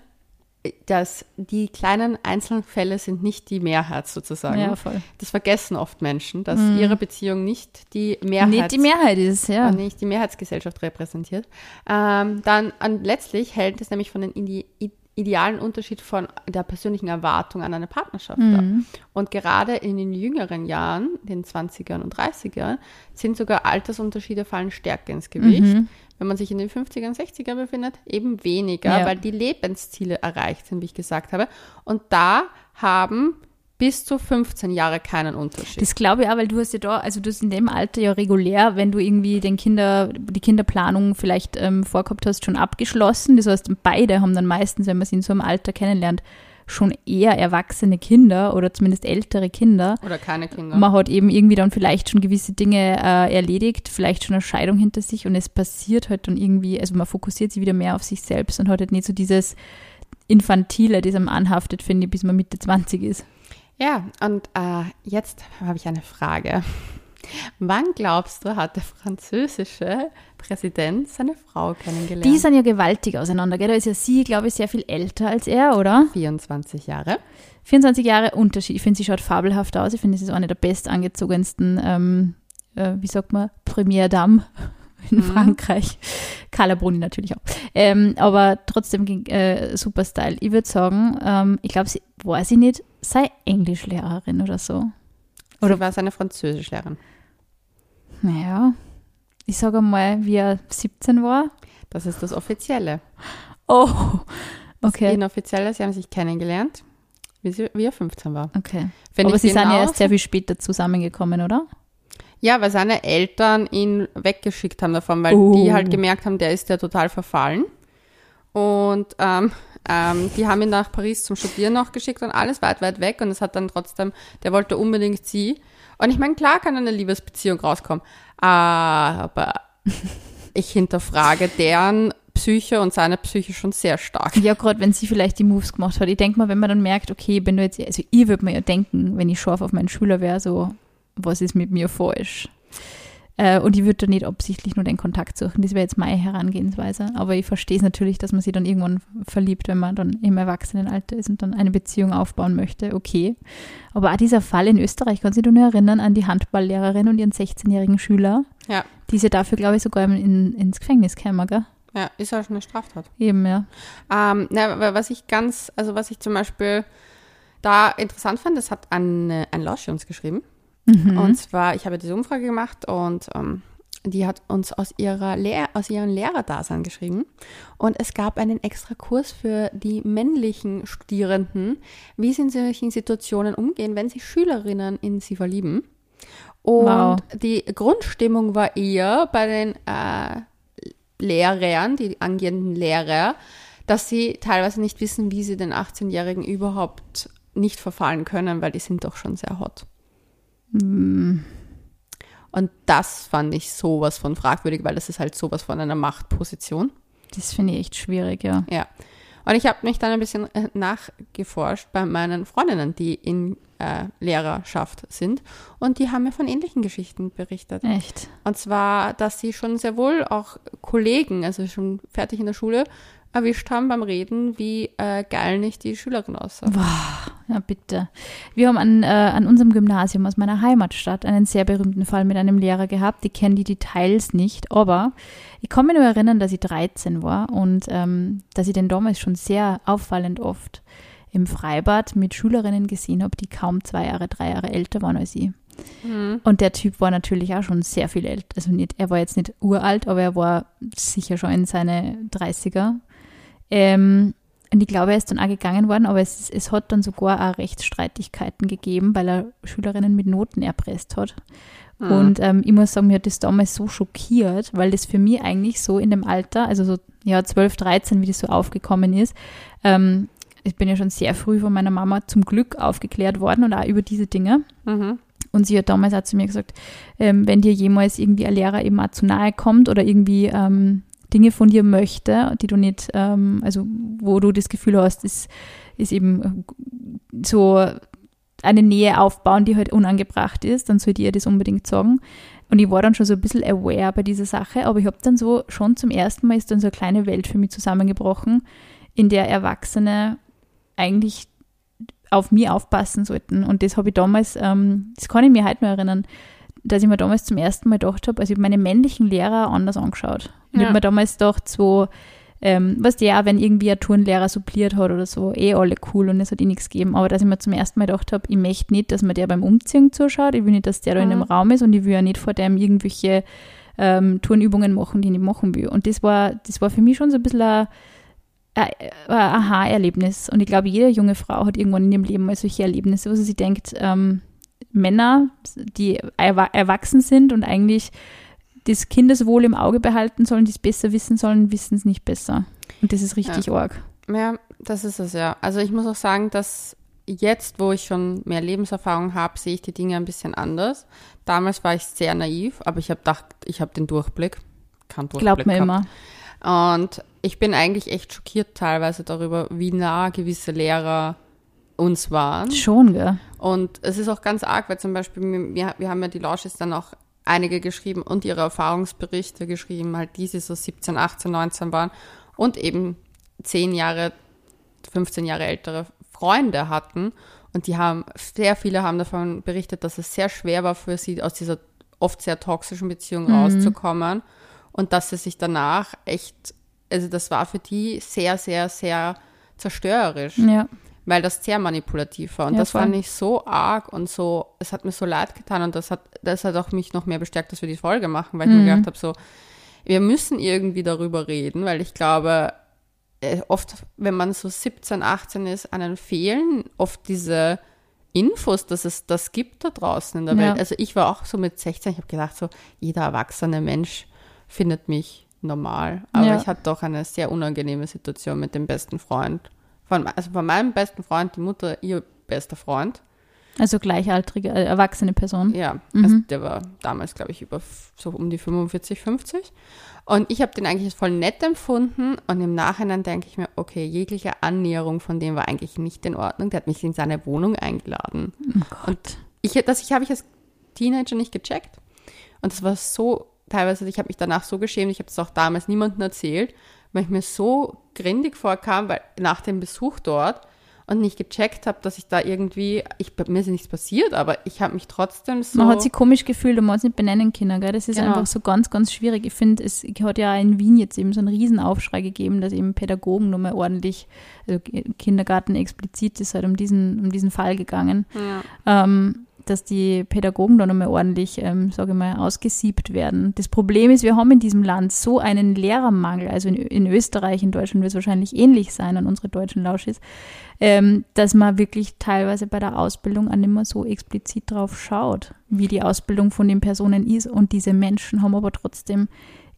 Das, die kleinen Einzelfälle sind nicht die Mehrheit sozusagen. Ja, voll. Das vergessen oft Menschen, dass Mhm. ihre Beziehung nicht die Mehrheit, Nicht die Mehrheit ist, ja. äh, nicht die Mehrheitsgesellschaft repräsentiert. Ähm, dann an, letztlich hält es nämlich von den Ide i- idealen Unterschied von der persönlichen Erwartung an eine Partnerschaft ab. Mhm. Und gerade in den jüngeren Jahren, den zwanzigern und dreißigern, sind sogar Altersunterschiede fallen stärker ins Gewicht. Mhm. Wenn man sich in den fünfzigern, sechzigern befindet, eben weniger, Ja. weil die Lebensziele erreicht sind, wie ich gesagt habe. Und da haben bis zu fünfzehn Jahre keinen Unterschied. Das glaube ich auch, weil du hast ja da, also du hast in dem Alter ja regulär, wenn du irgendwie den Kinder, die Kinderplanung vielleicht ähm, vorgehabt hast, schon abgeschlossen. Das heißt, beide haben dann meistens, wenn man sie in so einem Alter kennenlernt, schon eher erwachsene Kinder oder zumindest ältere Kinder. Oder keine Kinder. Man hat eben irgendwie dann vielleicht schon gewisse Dinge äh, erledigt, vielleicht schon eine Scheidung hinter sich und es passiert halt dann irgendwie, also man fokussiert sich wieder mehr auf sich selbst und hat halt nicht so dieses Infantile, das einem anhaftet, finde ich, bis man Mitte zwanzig ist. Ja, und äh, jetzt habe ich eine Frage. Wann glaubst du, hat der französische Präsident seine Frau kennengelernt? Die sind ja gewaltig auseinander, gell? Da ist ja sie, glaube ich, sehr viel älter als er, oder? vierundzwanzig Jahre. vierundzwanzig Jahre Unterschied. Ich finde, sie schaut fabelhaft aus. Ich finde, sie ist eine der bestangezogensten, ähm, äh, wie sagt man, Première Dame in mhm. Frankreich. Carla Bruni natürlich auch. Ähm, aber trotzdem äh, super Style. Ich würde sagen, ähm, ich glaube, sie, weiß ich nicht, sei Englischlehrerin oder so. Oder sie war seine Französischlehrerin? Naja, ich sage mal, wie er siebzehn war. Das ist das Offizielle. Oh, okay. Das Inoffizielle, sie haben sich kennengelernt, wie, sie, wie er fünfzehn war. Okay. Find aber sie sind ja erst sehr viel später zusammengekommen, oder? Ja, weil seine Eltern ihn weggeschickt haben davon, weil oh. die halt gemerkt haben, der ist ja total verfallen. Und ähm, ähm, die haben ihn nach Paris zum Studieren noch geschickt und alles weit, weit weg. Und es hat dann trotzdem, der wollte unbedingt sie. Und ich meine, klar kann eine Liebesbeziehung rauskommen. Aber ich hinterfrage deren Psyche und seine Psyche schon sehr stark. Ja, gerade wenn sie vielleicht die Moves gemacht hat. Ich denke mal, wenn man dann merkt, okay, wenn du jetzt, also ich würde mir ja denken, wenn ich scharf auf meinen Schüler wäre, so, was ist mit mir falsch? Äh, und ich würde da nicht absichtlich nur den Kontakt suchen. Das wäre jetzt meine Herangehensweise. Aber ich verstehe es natürlich, dass man sich dann irgendwann verliebt, wenn man dann im Erwachsenenalter ist und dann eine Beziehung aufbauen möchte. Okay. Aber auch dieser Fall in Österreich, kannst du dich nur erinnern an die Handballlehrerin und ihren sechzehnjährigen Schüler? Ja. Die ist ja dafür, glaube ich, sogar in, ins Gefängnis gekommen, gell? Ja, ist ja schon eine Straftat. Eben, ja. Ähm, na, was ich ganz, also was ich zum Beispiel da interessant fand, das hat ein, ein Lausch uns geschrieben. Mhm. Und zwar, ich habe diese Umfrage gemacht und ähm, die hat uns aus, ihrer Lehr- aus ihrem Lehrerdasein geschrieben. Und es gab einen extra Kurs für die männlichen Studierenden, wie sie in solchen Situationen umgehen, wenn sich Schülerinnen in sie verlieben. Und wow. Die Grundstimmung war eher bei den äh, Lehrern, die angehenden Lehrer, dass sie teilweise nicht wissen, wie sie den achtzehnjährigen überhaupt nicht verfallen können, weil die sind doch schon sehr hot. Und das fand ich sowas von fragwürdig, weil das ist halt sowas von einer Machtposition. Das finde ich echt schwierig, ja. Ja. Und ich habe mich dann ein bisschen nachgeforscht bei meinen Freundinnen, die in äh, Lehrerschaft sind. Und die haben mir von ähnlichen Geschichten berichtet. Echt? Und zwar, dass sie schon sehr wohl auch Kollegen, also schon fertig in der Schule, erwischt haben beim Reden, wie äh, geil nicht die Schülerin aussah. Wow, ja bitte. Wir haben an, äh, an unserem Gymnasium aus meiner Heimatstadt einen sehr berühmten Fall mit einem Lehrer gehabt. Ich kenne die Details nicht, aber ich kann mich nur erinnern, dass ich dreizehn war und ähm, dass ich den damals schon sehr auffallend oft im Freibad mit Schülerinnen gesehen habe, die kaum zwei Jahre, drei Jahre älter waren als ich. Mhm. Und der Typ war natürlich auch schon sehr viel älter. Also nicht, er war jetzt nicht uralt, aber er war sicher schon in seine dreißiger. Ähm, und ich glaube, er ist dann auch gegangen worden, aber es, es hat dann sogar auch Rechtsstreitigkeiten gegeben, weil er Schülerinnen mit Noten erpresst hat. Mhm. Und ähm, ich muss sagen, mir hat das damals so schockiert, weil das für mich eigentlich so in dem Alter, also so ja zwölf, dreizehn, wie das so aufgekommen ist, ähm, ich bin ja schon sehr früh von meiner Mama zum Glück aufgeklärt worden und auch über diese Dinge. Mhm. Und sie hat damals auch zu mir gesagt, ähm, wenn dir jemals irgendwie ein Lehrer eben auch zu nahe kommt oder irgendwie ähm, Dinge von dir möchte, die du nicht, ähm, also wo du das Gefühl hast, ist, ist eben so eine Nähe aufbauen, die halt unangebracht ist, dann soll die ihr das unbedingt sagen. Und ich war dann schon so ein bisschen aware bei dieser Sache, aber ich habe dann so schon zum ersten Mal ist dann so eine kleine Welt für mich zusammengebrochen, in der Erwachsene eigentlich auf mich aufpassen sollten. Und das habe ich damals, ähm, das kann ich mir heute noch erinnern, dass ich mir damals zum ersten Mal gedacht habe, also ich habe meine männlichen Lehrer anders angeschaut. Und ja. Ich habe mir damals gedacht, so, ähm, was der, wenn irgendwie ein Turnlehrer suppliert hat oder so, eh alle cool und es hat eh nichts gegeben. Aber dass ich mir zum ersten Mal gedacht habe, ich möchte nicht, dass mir der beim Umziehen zuschaut, ich will nicht, dass der mhm. da in einem Raum ist und ich will ja nicht vor dem irgendwelche ähm, Turnübungen machen, die ich nicht machen will. Und das war, das war für mich schon so ein bisschen ein, ein Aha-Erlebnis. Und ich glaube, jede junge Frau hat irgendwann in ihrem Leben mal solche Erlebnisse, wo sie sich denkt, ähm, Männer, die erwa- erwachsen sind und eigentlich das Kindeswohl im Auge behalten sollen, die es besser wissen sollen, wissen es nicht besser. Und das ist richtig ja. arg. Ja, das ist es ja. Also ich muss auch sagen, dass jetzt, wo ich schon mehr Lebenserfahrung habe, sehe ich die Dinge ein bisschen anders. Damals war ich sehr naiv, aber ich habe gedacht, ich habe den Durchblick. Keinen Durchblick Glaubt man gehabt. immer. Und ich bin eigentlich echt schockiert teilweise darüber, wie nah gewisse Lehrer uns waren. Schon, gell? Und es ist auch ganz arg, weil zum Beispiel, wir, wir haben ja die Lausches dann auch einige geschrieben und ihre Erfahrungsberichte geschrieben, halt die, die so siebzehn, achtzehn, neunzehn waren und eben zehn Jahre, fünfzehn Jahre ältere Freunde hatten. Und die haben, sehr viele haben davon berichtet, dass es sehr schwer war für sie, aus dieser oft sehr toxischen Beziehung mhm. rauszukommen. Und dass sie sich danach echt, also das war für die sehr, sehr, sehr zerstörerisch. Ja. Weil das sehr manipulativ war. Und Ja, das voll. fand ich so arg und so, es hat mir so leid getan. Und das hat, das hat auch mich noch mehr bestärkt, dass wir die Folge machen, weil ich Mhm. mir gedacht habe, so, wir müssen irgendwie darüber reden, weil ich glaube, äh, oft, wenn man so siebzehn, achtzehn ist, einen fehlen oft diese Infos, dass es das gibt da draußen in der Ja. Welt. Also ich war auch so mit sechzehn, ich habe gedacht, so jeder erwachsene Mensch findet mich normal. Aber Ja. ich hatte doch eine sehr unangenehme Situation mit dem besten Freund. Von, also von meinem besten Freund, die Mutter, ihr bester Freund. Also gleichaltrige, äh, erwachsene Person. Ja, Mhm. also der war damals, glaube ich, über f- so um die fünfundvierzig, fünfzig. Und ich habe den eigentlich als voll nett empfunden. Und im Nachhinein denke ich mir, okay, jegliche Annäherung von dem war eigentlich nicht in Ordnung. Der hat mich in seine Wohnung eingeladen. Oh Gott. Und ich, das ich, habe ich als Teenager nicht gecheckt. Und das war so, teilweise, ich habe mich danach so geschämt, ich habe das auch damals niemandem erzählt, weil ich mir so grindig vorkam, weil nach dem Besuch dort und nicht gecheckt habe, dass ich da irgendwie, ich, mir ist nichts passiert, aber ich habe mich trotzdem so... Man hat sich komisch gefühlt und man hat es nicht benennen können, gell? Das ist Genau. einfach so ganz, ganz schwierig. Ich finde, es hat ja in Wien jetzt eben so einen Riesenaufschrei gegeben, dass eben Pädagogen nochmal ordentlich, also Kindergarten explizit ist halt um diesen, um diesen Fall gegangen, Ja. ähm, dass die Pädagogen da nochmal ordentlich, ähm, sage ich mal, ausgesiebt werden. Das Problem ist, wir haben in diesem Land so einen Lehrermangel, also in, in Österreich, in Deutschland wird es wahrscheinlich ähnlich sein an unsere deutschen Lauschis, ähm, dass man wirklich teilweise bei der Ausbildung auch nicht mehr so explizit drauf schaut, wie die Ausbildung von den Personen ist. Und diese Menschen haben aber trotzdem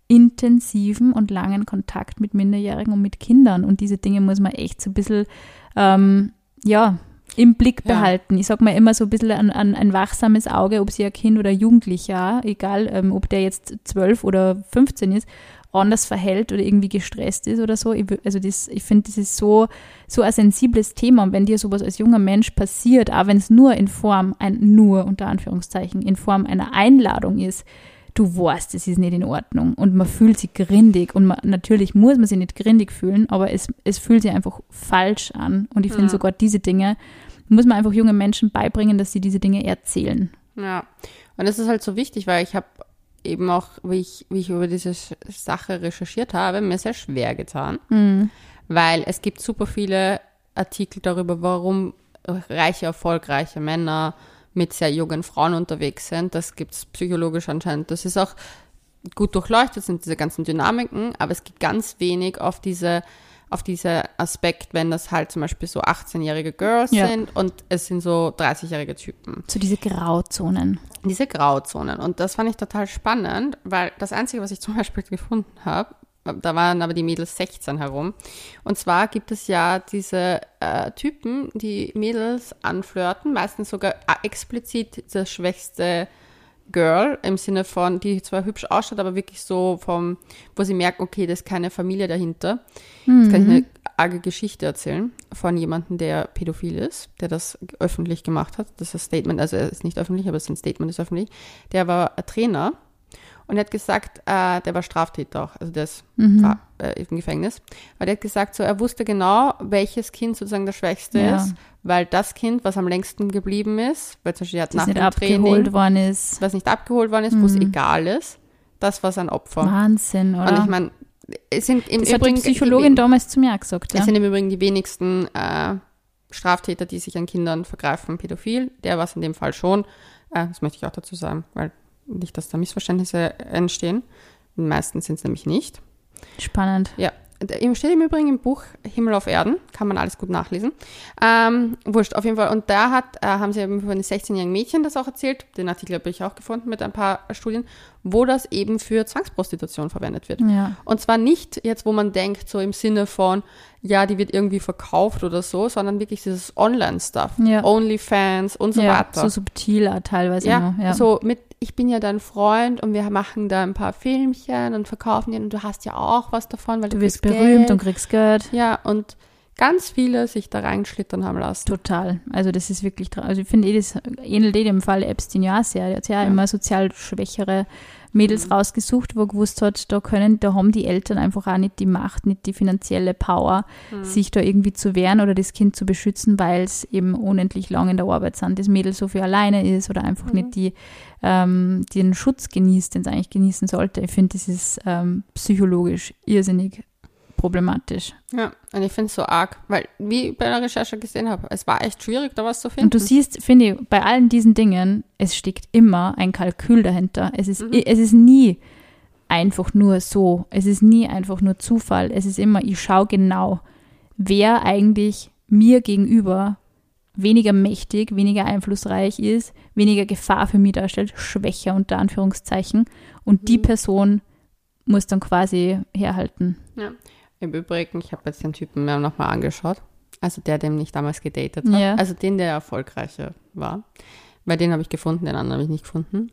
intensiven und langen Kontakt mit Minderjährigen und mit Kindern. Und diese Dinge muss man echt so ein bisschen, ähm, ja, im Blick Ja. behalten. Ich sage mal immer so ein bisschen an, an ein wachsames Auge, ob sie ein Kind oder Jugendlicher, egal ähm, ob der jetzt zwölf oder fünfzehn ist, anders verhält oder irgendwie gestresst ist oder so. Ich, wü- also das, ich finde, das ist so, so ein sensibles Thema. Und wenn dir sowas als junger Mensch passiert, auch wenn es nur in Form, ein nur unter Anführungszeichen, in Form einer Einladung ist, du weißt, es ist nicht in Ordnung und man fühlt sich grindig und man, natürlich muss man sich nicht grindig fühlen, aber es, es fühlt sich einfach falsch an und ich finde Ja. sogar diese Dinge, muss man einfach jungen Menschen beibringen, dass sie diese Dinge erzählen. Ja, und das ist halt so wichtig, weil ich habe eben auch, wie ich, wie ich über diese Sch- Sache recherchiert habe, mir sehr schwer getan, Mhm. weil es gibt super viele Artikel darüber, warum reiche, erfolgreiche Männer mit sehr jungen Frauen unterwegs sind. Das gibt es psychologisch anscheinend. Das ist auch gut durchleuchtet, sind diese ganzen Dynamiken, aber es gibt ganz wenig auf diese auf diesen Aspekt, wenn das halt zum Beispiel so achtzehnjährige Girls Ja. sind und es sind so dreißigjährige Typen. So diese Grauzonen. Diese Grauzonen. Und das fand ich total spannend, weil das Einzige, was ich zum Beispiel gefunden habe, da waren aber die Mädels sechzehn herum. Und zwar gibt es ja diese äh, Typen, die Mädels anflirten, meistens sogar explizit das schwächste Girl, im Sinne von, die zwar hübsch ausschaut, aber wirklich so vom, wo sie merken, okay, da ist keine Familie dahinter. Mhm. Jetzt kann ich eine arge Geschichte erzählen von jemandem, der pädophil ist, der das öffentlich gemacht hat. Das ist ein Statement, also er ist nicht öffentlich, aber sein Statement ist öffentlich. Der war ein Trainer und er hat gesagt, äh, der war Straftäter auch, also der ist Mhm. war, äh, im Gefängnis. Aber der hat gesagt, so, er wusste genau, welches Kind sozusagen das Schwächste Ja. ist, weil das Kind, was am längsten geblieben ist, weil zum Beispiel er hat Das nach nicht dem abgeholt Training, worden ist. was nicht abgeholt worden ist, wo es Mhm. egal ist, das war sein Opfer. Wahnsinn, oder? Und ich meine, es sind im das hat Übrigen die Psychologin damals zu mir auch gesagt. Ja? es sind im Übrigen die wenigsten äh, Straftäter, die sich an Kindern vergreifen, pädophil. Der war es in dem Fall schon. Äh, das möchte ich auch dazu sagen, weil nicht, dass da Missverständnisse entstehen. Die meisten sind es nämlich nicht. Spannend. Ja, Im steht im Übrigen im Buch Himmel auf Erden, kann man alles gut nachlesen. Ähm, wurscht, auf jeden Fall. Und da hat, äh, haben sie eben von einem sechzehnjährigen Mädchen das auch erzählt, den Artikel habe ich auch gefunden mit ein paar Studien, wo das eben für Zwangsprostitution verwendet wird. Ja. Und zwar nicht jetzt, wo man denkt, so im Sinne von, ja, die wird irgendwie verkauft oder so, sondern wirklich dieses Online-Stuff, ja. OnlyFans und so ja, weiter. So subtiler teilweise ja, noch. Ja, so mit, ich bin ja dein Freund und wir machen da ein paar Filmchen und verkaufen die und du hast ja auch was davon, weil du, du wirst kriegst berühmt Geld. und kriegst Geld. Ja, und ganz viele sich da reinschlittern haben lassen. Total. Also das ist wirklich, tra- also ich finde, eh, das ähnelt eh dem Fall Epstein ja sehr. Er hat ja, ja immer sozial schwächere Mädels mhm. rausgesucht, wo er gewusst hat, da können, da haben die Eltern einfach auch nicht die Macht, nicht die finanzielle Power, mhm. sich da irgendwie zu wehren oder das Kind zu beschützen, weil es eben unendlich lang in der Arbeit sind, das Mädel so viel alleine ist oder einfach mhm. nicht die, ähm, den Schutz genießt, den es eigentlich genießen sollte. Ich finde, das ist ähm, psychologisch irrsinnig problematisch. Ja, und ich finde es so arg, weil, wie ich bei der Recherche gesehen habe, es war echt schwierig, da was zu finden. Und du siehst, finde ich, bei allen diesen Dingen, es steckt immer ein Kalkül dahinter. Es ist, mhm. es ist nie einfach nur so. Es ist nie einfach nur Zufall. Es ist immer, ich schaue genau, wer eigentlich mir gegenüber weniger mächtig, weniger einflussreich ist, weniger Gefahr für mich darstellt, schwächer unter Anführungszeichen. Und die mhm. Person muss dann quasi herhalten. Ja. Im Übrigen, ich habe jetzt den Typen mir nochmal angeschaut, also der, den ich damals gedatet habe, ja. also den, der erfolgreicher war, weil den habe ich gefunden, den anderen habe ich nicht gefunden.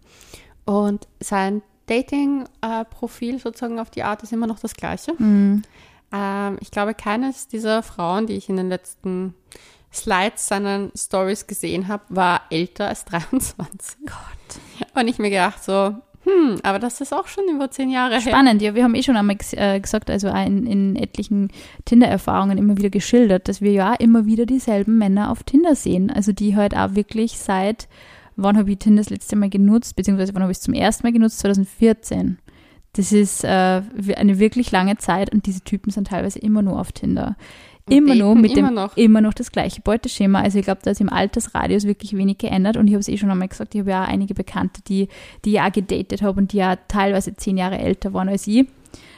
Und sein Dating-Profil sozusagen auf die Art ist immer noch das gleiche. Mhm. Ähm, ich glaube, keines dieser Frauen, die ich in den letzten Slides seiner Stories gesehen habe, war älter als dreiundzwanzig. Gott. Und ich mir gedacht so, Hm, aber das ist auch schon über zehn Jahre her. Spannend, ja, wir haben eh schon einmal äh, gesagt, also auch in, in etlichen Tinder-Erfahrungen immer wieder geschildert, dass wir ja immer wieder dieselben Männer auf Tinder sehen, also die halt auch wirklich seit, wann habe ich Tinder das letzte Mal genutzt, beziehungsweise wann habe ich es zum ersten Mal genutzt, zwanzig vierzehn. Das ist äh, eine wirklich lange Zeit und diese Typen sind teilweise immer nur auf Tinder. Immer noch mit immer dem, noch. immer noch das gleiche Beuteschema. Also ich glaube, da ist im Altersradius wirklich wenig geändert und ich habe es eh schon einmal gesagt, ich habe ja auch einige Bekannte, die, die ja gedatet habe und die ja teilweise zehn Jahre älter waren als ich.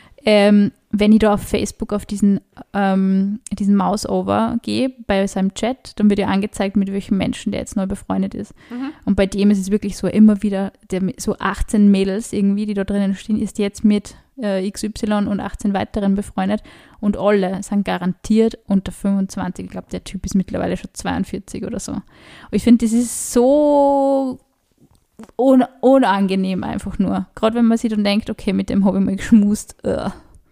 Ähm, wenn ich da auf Facebook auf diesen, ähm, diesen Mouse-Over gehe, bei seinem Chat, dann wird ja angezeigt, mit welchem Menschen der jetzt neu befreundet ist. Mhm. Und bei dem ist es wirklich so immer wieder, der, so achtzehn Mädels irgendwie, die da drinnen stehen, ist jetzt mit äh, X Y und achtzehn weiteren befreundet und alle sind garantiert unter fünfundzwanzig. Ich glaube, der Typ ist mittlerweile schon zweiundvierzig oder so. Und ich finde, das ist so un- unangenehm einfach nur. Gerade wenn man sich dann denkt, okay, mit dem habe ich mal geschmust. Ugh.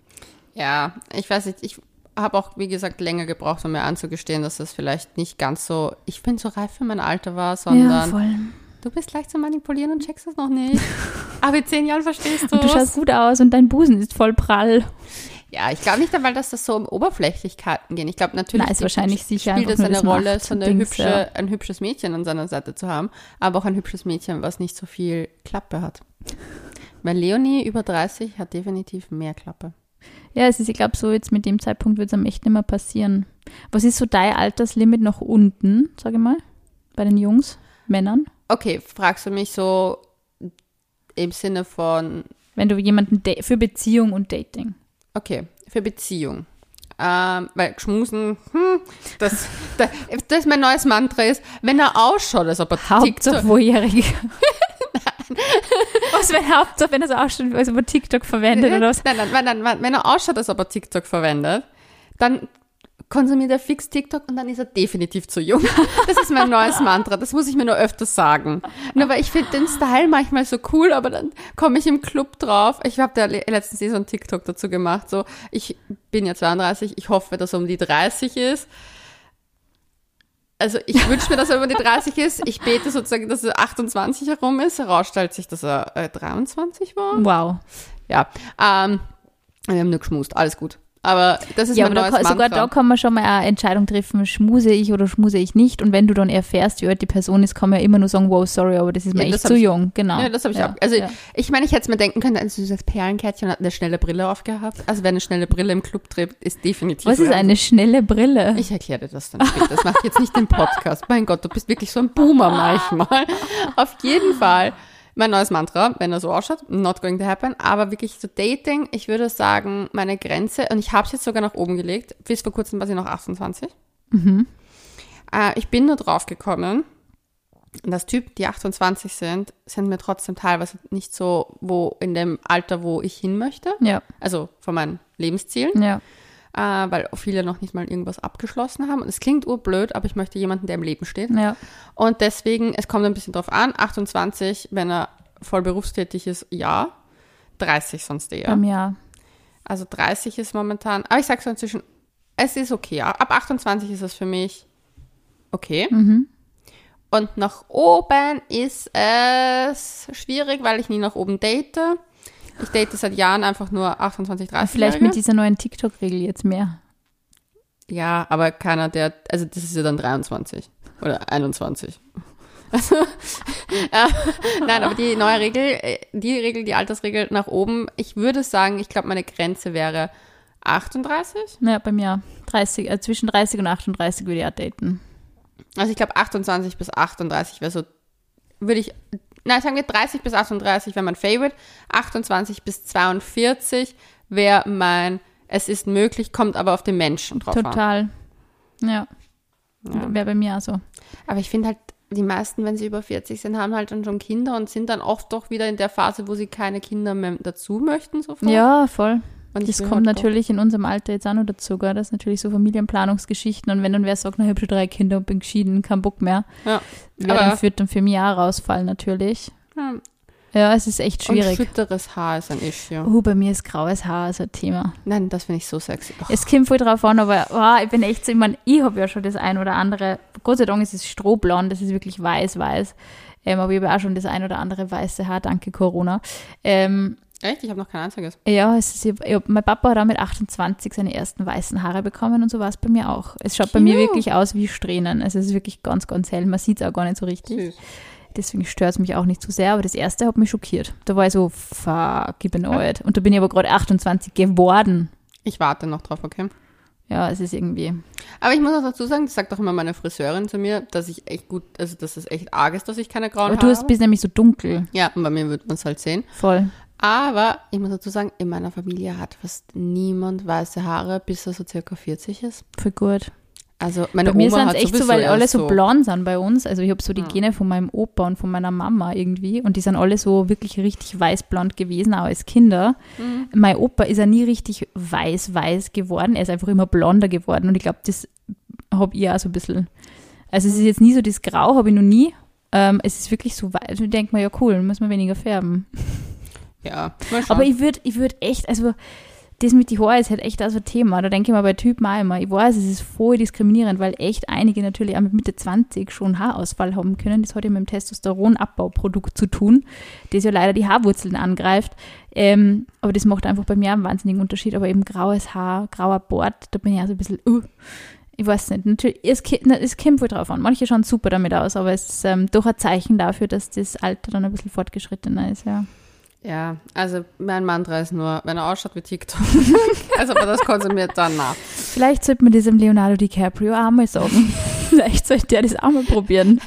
Ja, ich weiß nicht, ich habe auch, wie gesagt, länger gebraucht, um mir anzugestehen, dass das vielleicht nicht ganz so, ich bin so reif für mein Alter war, sondern ja, voll. Du bist leicht zu manipulieren und checkst es noch nicht. Aber in zehn Jahren verstehst du Und du schaust gut aus und dein Busen ist voll prall. Ja, ich glaube nicht einmal, dass das so um Oberflächlichkeiten geht. Ich glaube natürlich Nein, ist wahrscheinlich sicher spielt es eine Rolle, so eine Dings, hübsche, ja. ein hübsches Mädchen an seiner Seite zu haben, aber auch ein hübsches Mädchen, was nicht so viel Klappe hat. Weil Leonie über dreißig hat definitiv mehr Klappe. Ja, es ist, ich glaube, so jetzt mit dem Zeitpunkt wird es am echt nicht mehr passieren. Was ist so dein Alterslimit nach unten, sage ich mal, bei den Jungs, Männern? Okay, fragst du mich so im Sinne von... Wenn du jemanden da- für Beziehung und Dating. Okay, für Beziehung. Ähm, weil Schmusen, hm, das, das, das ist mein neues Mantra ist, wenn er ausschaut, als ob er Hauptsache vorjährig. Was, wenn Hauptsache, wenn er so ausschaut, als ob er TikTok verwendet oder was? Nein, nein, nein, nein, wenn er ausschaut, als ob er TikTok verwendet, dann konsumiert er fix TikTok und dann ist er definitiv zu jung. Das ist mein neues Mantra, das muss ich mir nur öfters sagen. Nur weil ich finde den Style manchmal so cool, aber dann komme ich im Club drauf. Ich habe da letztens eh so einen TikTok dazu gemacht, so, ich bin ja zweiunddreißig, ich hoffe, dass er um die dreißig ist. Also ich wünsche mir, dass er über die dreißig ist. Ich bete sozusagen, dass er achtundzwanzig herum ist. Herausstellt sich, dass er äh, dreiundzwanzig war. Wow. Ja, ähm, wir haben nur geschmust, alles gut. Aber das ist ja, mein aber neues da, sogar Mantra. da kann man schon mal eine Entscheidung treffen, schmuse ich oder schmuse ich nicht. Und wenn du dann erfährst, wie alt die Person ist, kann man ja immer nur sagen, wow, sorry, aber das ist mir Ja, echt das zu hab ich- jung. Genau. Ja, das habe ich ja. auch. Also ja. ich meine, ich hätte es mir denken können, ein süßes Perlenkärtchen hat eine schnelle Brille aufgehabt. Also wer eine schnelle Brille im Club trägt, ist definitiv... Was ist eine schnelle Brille? Ich erkläre dir das dann später. Das macht jetzt nicht den Podcast. Mein Gott, du bist wirklich so ein Boomer manchmal. Auf jeden Fall mein neues Mantra, wenn er so ausschaut, not going to happen, aber wirklich so Dating, ich würde sagen, meine Grenze, und ich habe es jetzt sogar nach oben gelegt, bis vor kurzem war sie noch achtundzwanzig. Mhm. Äh, ich bin nur drauf gekommen, dass Typen, die achtundzwanzig sind, sind mir trotzdem teilweise nicht so wo in dem Alter, wo ich hin möchte. Ja. Also von meinen Lebenszielen. Ja. Äh, weil viele noch nicht mal irgendwas abgeschlossen haben. Und es klingt urblöd, aber ich möchte jemanden, der im Leben steht. Ja. Und deswegen, es kommt ein bisschen drauf an, achtundzwanzig, wenn er voll berufstätig ist, ja. dreißig sonst eher. Beim Jahr. Also dreißig ist momentan, aber ich sage so inzwischen, es ist okay. Ab achtundzwanzig ist es für mich okay. Mhm. Und nach oben ist es schwierig, weil ich nie nach oben date. Ich date seit Jahren einfach nur achtundzwanzig, dreißig. Vielleicht mit dieser neuen TikTok-Regel jetzt mehr. Ja, aber keiner, der, also das ist ja dann dreiundzwanzig oder einundzwanzig. Also, äh, nein, aber die neue Regel, die Regel, die Altersregel nach oben, ich würde sagen, ich glaube, meine Grenze wäre achtunddreißig. Ja, bei mir dreißig, äh, zwischen dreißig und achtunddreißig würde ich auch daten. Also ich glaube, achtundzwanzig bis achtunddreißig wäre so, würde ich, nein, sagen wir dreißig bis achtunddreißig wäre mein Favorite, achtundzwanzig bis zweiundvierzig wäre mein, es ist möglich, kommt aber auf den Menschen drauf Total. an. Ja. Ja. Wäre bei mir auch so. Aber ich finde halt, die meisten, wenn sie über vierzig sind, haben halt dann schon Kinder und sind dann oft doch wieder in der Phase, wo sie keine Kinder mehr dazu möchten. Sofort. Ja, voll. Und das kommt halt natürlich in unserem Alter jetzt auch noch dazu, gell? Das ist natürlich so Familienplanungsgeschichten und wenn dann wer sagt, na, ich habe schon drei Kinder und bin geschieden, kein Bock mehr, ja. wer dann führt dann für mich auch rausfallen natürlich. Ja. Ja, es ist echt schwierig. Und schütteres Haar ist ein Issue. Uh, bei mir ist graues Haar so ein Thema. Nein, das finde ich so sexy. Oh. Es kommt voll drauf an, aber oh, ich bin echt so, ich meine, ich habe ja schon das ein oder andere, Gott sei Dank ist es strohblond, das ist wirklich weiß-weiß, ähm, aber ich habe auch schon das ein oder andere weiße Haar, danke Corona. Ähm, Echt? Ich habe noch kein einziges. Ja, es ist, ich, ich, mein Papa hat auch mit achtundzwanzig seine ersten weißen Haare bekommen und so war es bei mir auch. Es schaut Cute. Bei mir wirklich aus wie Strähnen. Also es ist wirklich ganz, ganz hell. Man sieht es auch gar nicht so richtig. Süß. Deswegen stört es mich auch nicht so sehr. Aber das erste hat mich schockiert. Da war ich so, fuck, ich bin alt. Und da bin ich aber gerade achtundzwanzig geworden. Ich warte noch drauf, okay? Ja, es ist irgendwie... Aber ich muss auch dazu sagen, das sagt auch immer meine Friseurin zu mir, dass ich echt gut, also dass es echt arg ist, dass ich keine grauen aber Haare du habe. bist nämlich so dunkel. Ja, und bei mir wird man es halt sehen. Voll. Aber ich muss dazu sagen, in meiner Familie hat fast niemand weiße Haare, bis er so circa vierzig ist. Voll gut. Also meine bei mir Oma sind hat es echt sowieso so, weil alle erst so blond sind bei uns. Also ich habe so die Ja. Gene von meinem Opa und von meiner Mama irgendwie und die sind alle so wirklich richtig weiß-blond gewesen, auch als Kinder. Mhm. Mein Opa ist ja nie richtig weiß-weiß geworden, er ist einfach immer blonder geworden und ich glaube, das habe ich auch so ein bisschen. Also es ist jetzt nie so das Grau, habe ich noch nie. Ähm, es ist wirklich so weiß. Also ich denke mir, ja cool, muss man weniger färben. Ja, mal schauen. Aber ich würde ich würd echt, also das mit die Haare ist halt echt auch so ein Thema. Da denke ich mir bei Typen auch immer, ich weiß, es ist voll diskriminierend, weil echt einige natürlich auch mit Mitte zwanzig schon Haarausfall haben können. Das hat ja mit dem Testosteronabbauprodukt zu tun, das ja leider die Haarwurzeln angreift. Ähm, aber das macht einfach bei mir einen wahnsinnigen Unterschied. Aber eben graues Haar, grauer Bart, da bin ich auch so ein bisschen, uh, ich weiß nicht, natürlich, es, es kommt wohl drauf an. Manche schauen super damit aus, aber es ist ähm, doch ein Zeichen dafür, dass das Alter dann ein bisschen fortgeschrittener ist, ja. Ja, also mein Mantra ist nur, wenn er ausschaut wie TikTok, also aber das konsumiert dann nach. Vielleicht sollte man das dem Leonardo DiCaprio auch mal sagen. Vielleicht sollte der das auch mal probieren.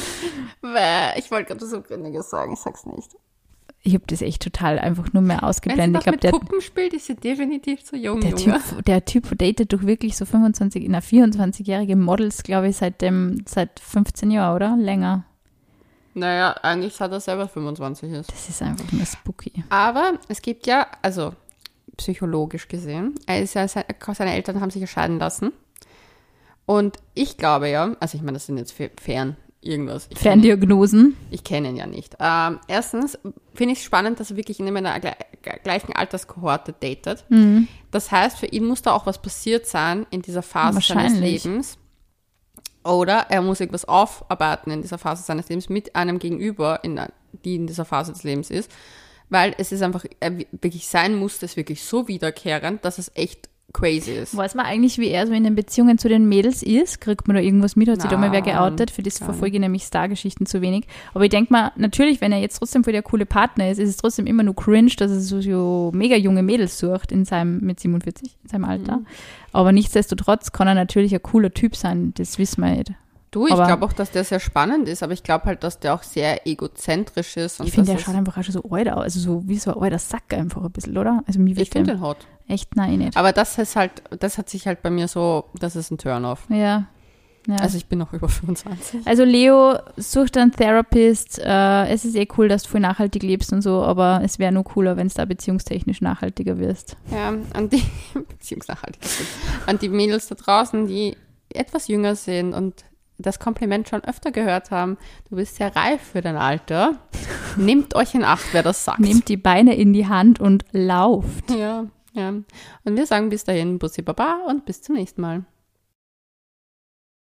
Ich wollte gerade so Gründiges sagen, ich sag's nicht. Ich habe das echt total einfach nur mehr ausgeblendet. Wenn sie ich glaube, mit Puppen spielt, ist sie definitiv zu jung, der Junge. Typ, der Typ datet doch wirklich so fünfundzwanzig, na vierundzwanzigjährige Models, glaube ich, seit dem, seit fünfzehn Jahren, oder? Länger. Naja, eigentlich seit er selber fünfundzwanzig ist. Das ist einfach nur spooky. Aber es gibt ja, also psychologisch gesehen, er ist ja, seine Eltern haben sich ja scheiden lassen. Und ich glaube ja, also ich meine, das sind jetzt fern irgendwas. Ich Ferndiagnosen. Kenn, ich kenne ihn ja nicht. Ähm, erstens finde ich es spannend, dass er wirklich in einer gleichen Alterskohorte datet. Mhm. Das heißt, für ihn muss da auch was passiert sein in dieser Phase seines Lebens. Oder er muss irgendwas aufarbeiten in dieser Phase seines Lebens mit einem Gegenüber, in, die in dieser Phase des Lebens ist. Weil es ist einfach, wirklich sein muss, das wirklich so wiederkehrend, dass es echt crazy ist. Weiß man eigentlich, wie er so in den Beziehungen zu den Mädels ist? Kriegt man da irgendwas mit? Hat sich da mal wer geoutet? Für das verfolge ich nämlich Star-Geschichten zu wenig. Aber ich denke mal, natürlich, wenn er jetzt trotzdem voll der coole Partner ist, ist es trotzdem immer nur cringe, dass er so, so mega junge Mädels sucht in seinem, mit siebenundvierzig, in seinem Alter. Mhm. Aber nichtsdestotrotz kann er natürlich ein cooler Typ sein, das wissen wir nicht. Du, ich Aber- glaube auch, dass der sehr spannend ist, aber ich glaube halt, dass der auch sehr egozentrisch ist. Und Ich finde, dass der es- schaut einfach auch schon so alt aus. Also so wie so ein alter Sack einfach ein bisschen, oder? Also mir Ich wird finde der den hot. echt, nein, nicht. Aber das ist halt, das hat sich halt bei mir so, das ist ein Turn-off. Ja. ja. Also ich bin noch über fünfundzwanzig. Also Leo, such dir einen Therapist. Äh, es ist eh cool, dass du voll nachhaltig lebst und so, aber es wäre nur cooler, wenn es da beziehungstechnisch nachhaltiger wirst. Ja, an die Beziehungsnachhaltigkeit. An die Mädels da draußen, die etwas jünger sind und das Kompliment schon öfter gehört haben. Du bist sehr reif für dein Alter. Nehmt euch in Acht, wer das sagt. Nehmt die Beine in die Hand und lauft. Ja, ja. Und wir sagen bis dahin Bussi Baba und bis zum nächsten Mal.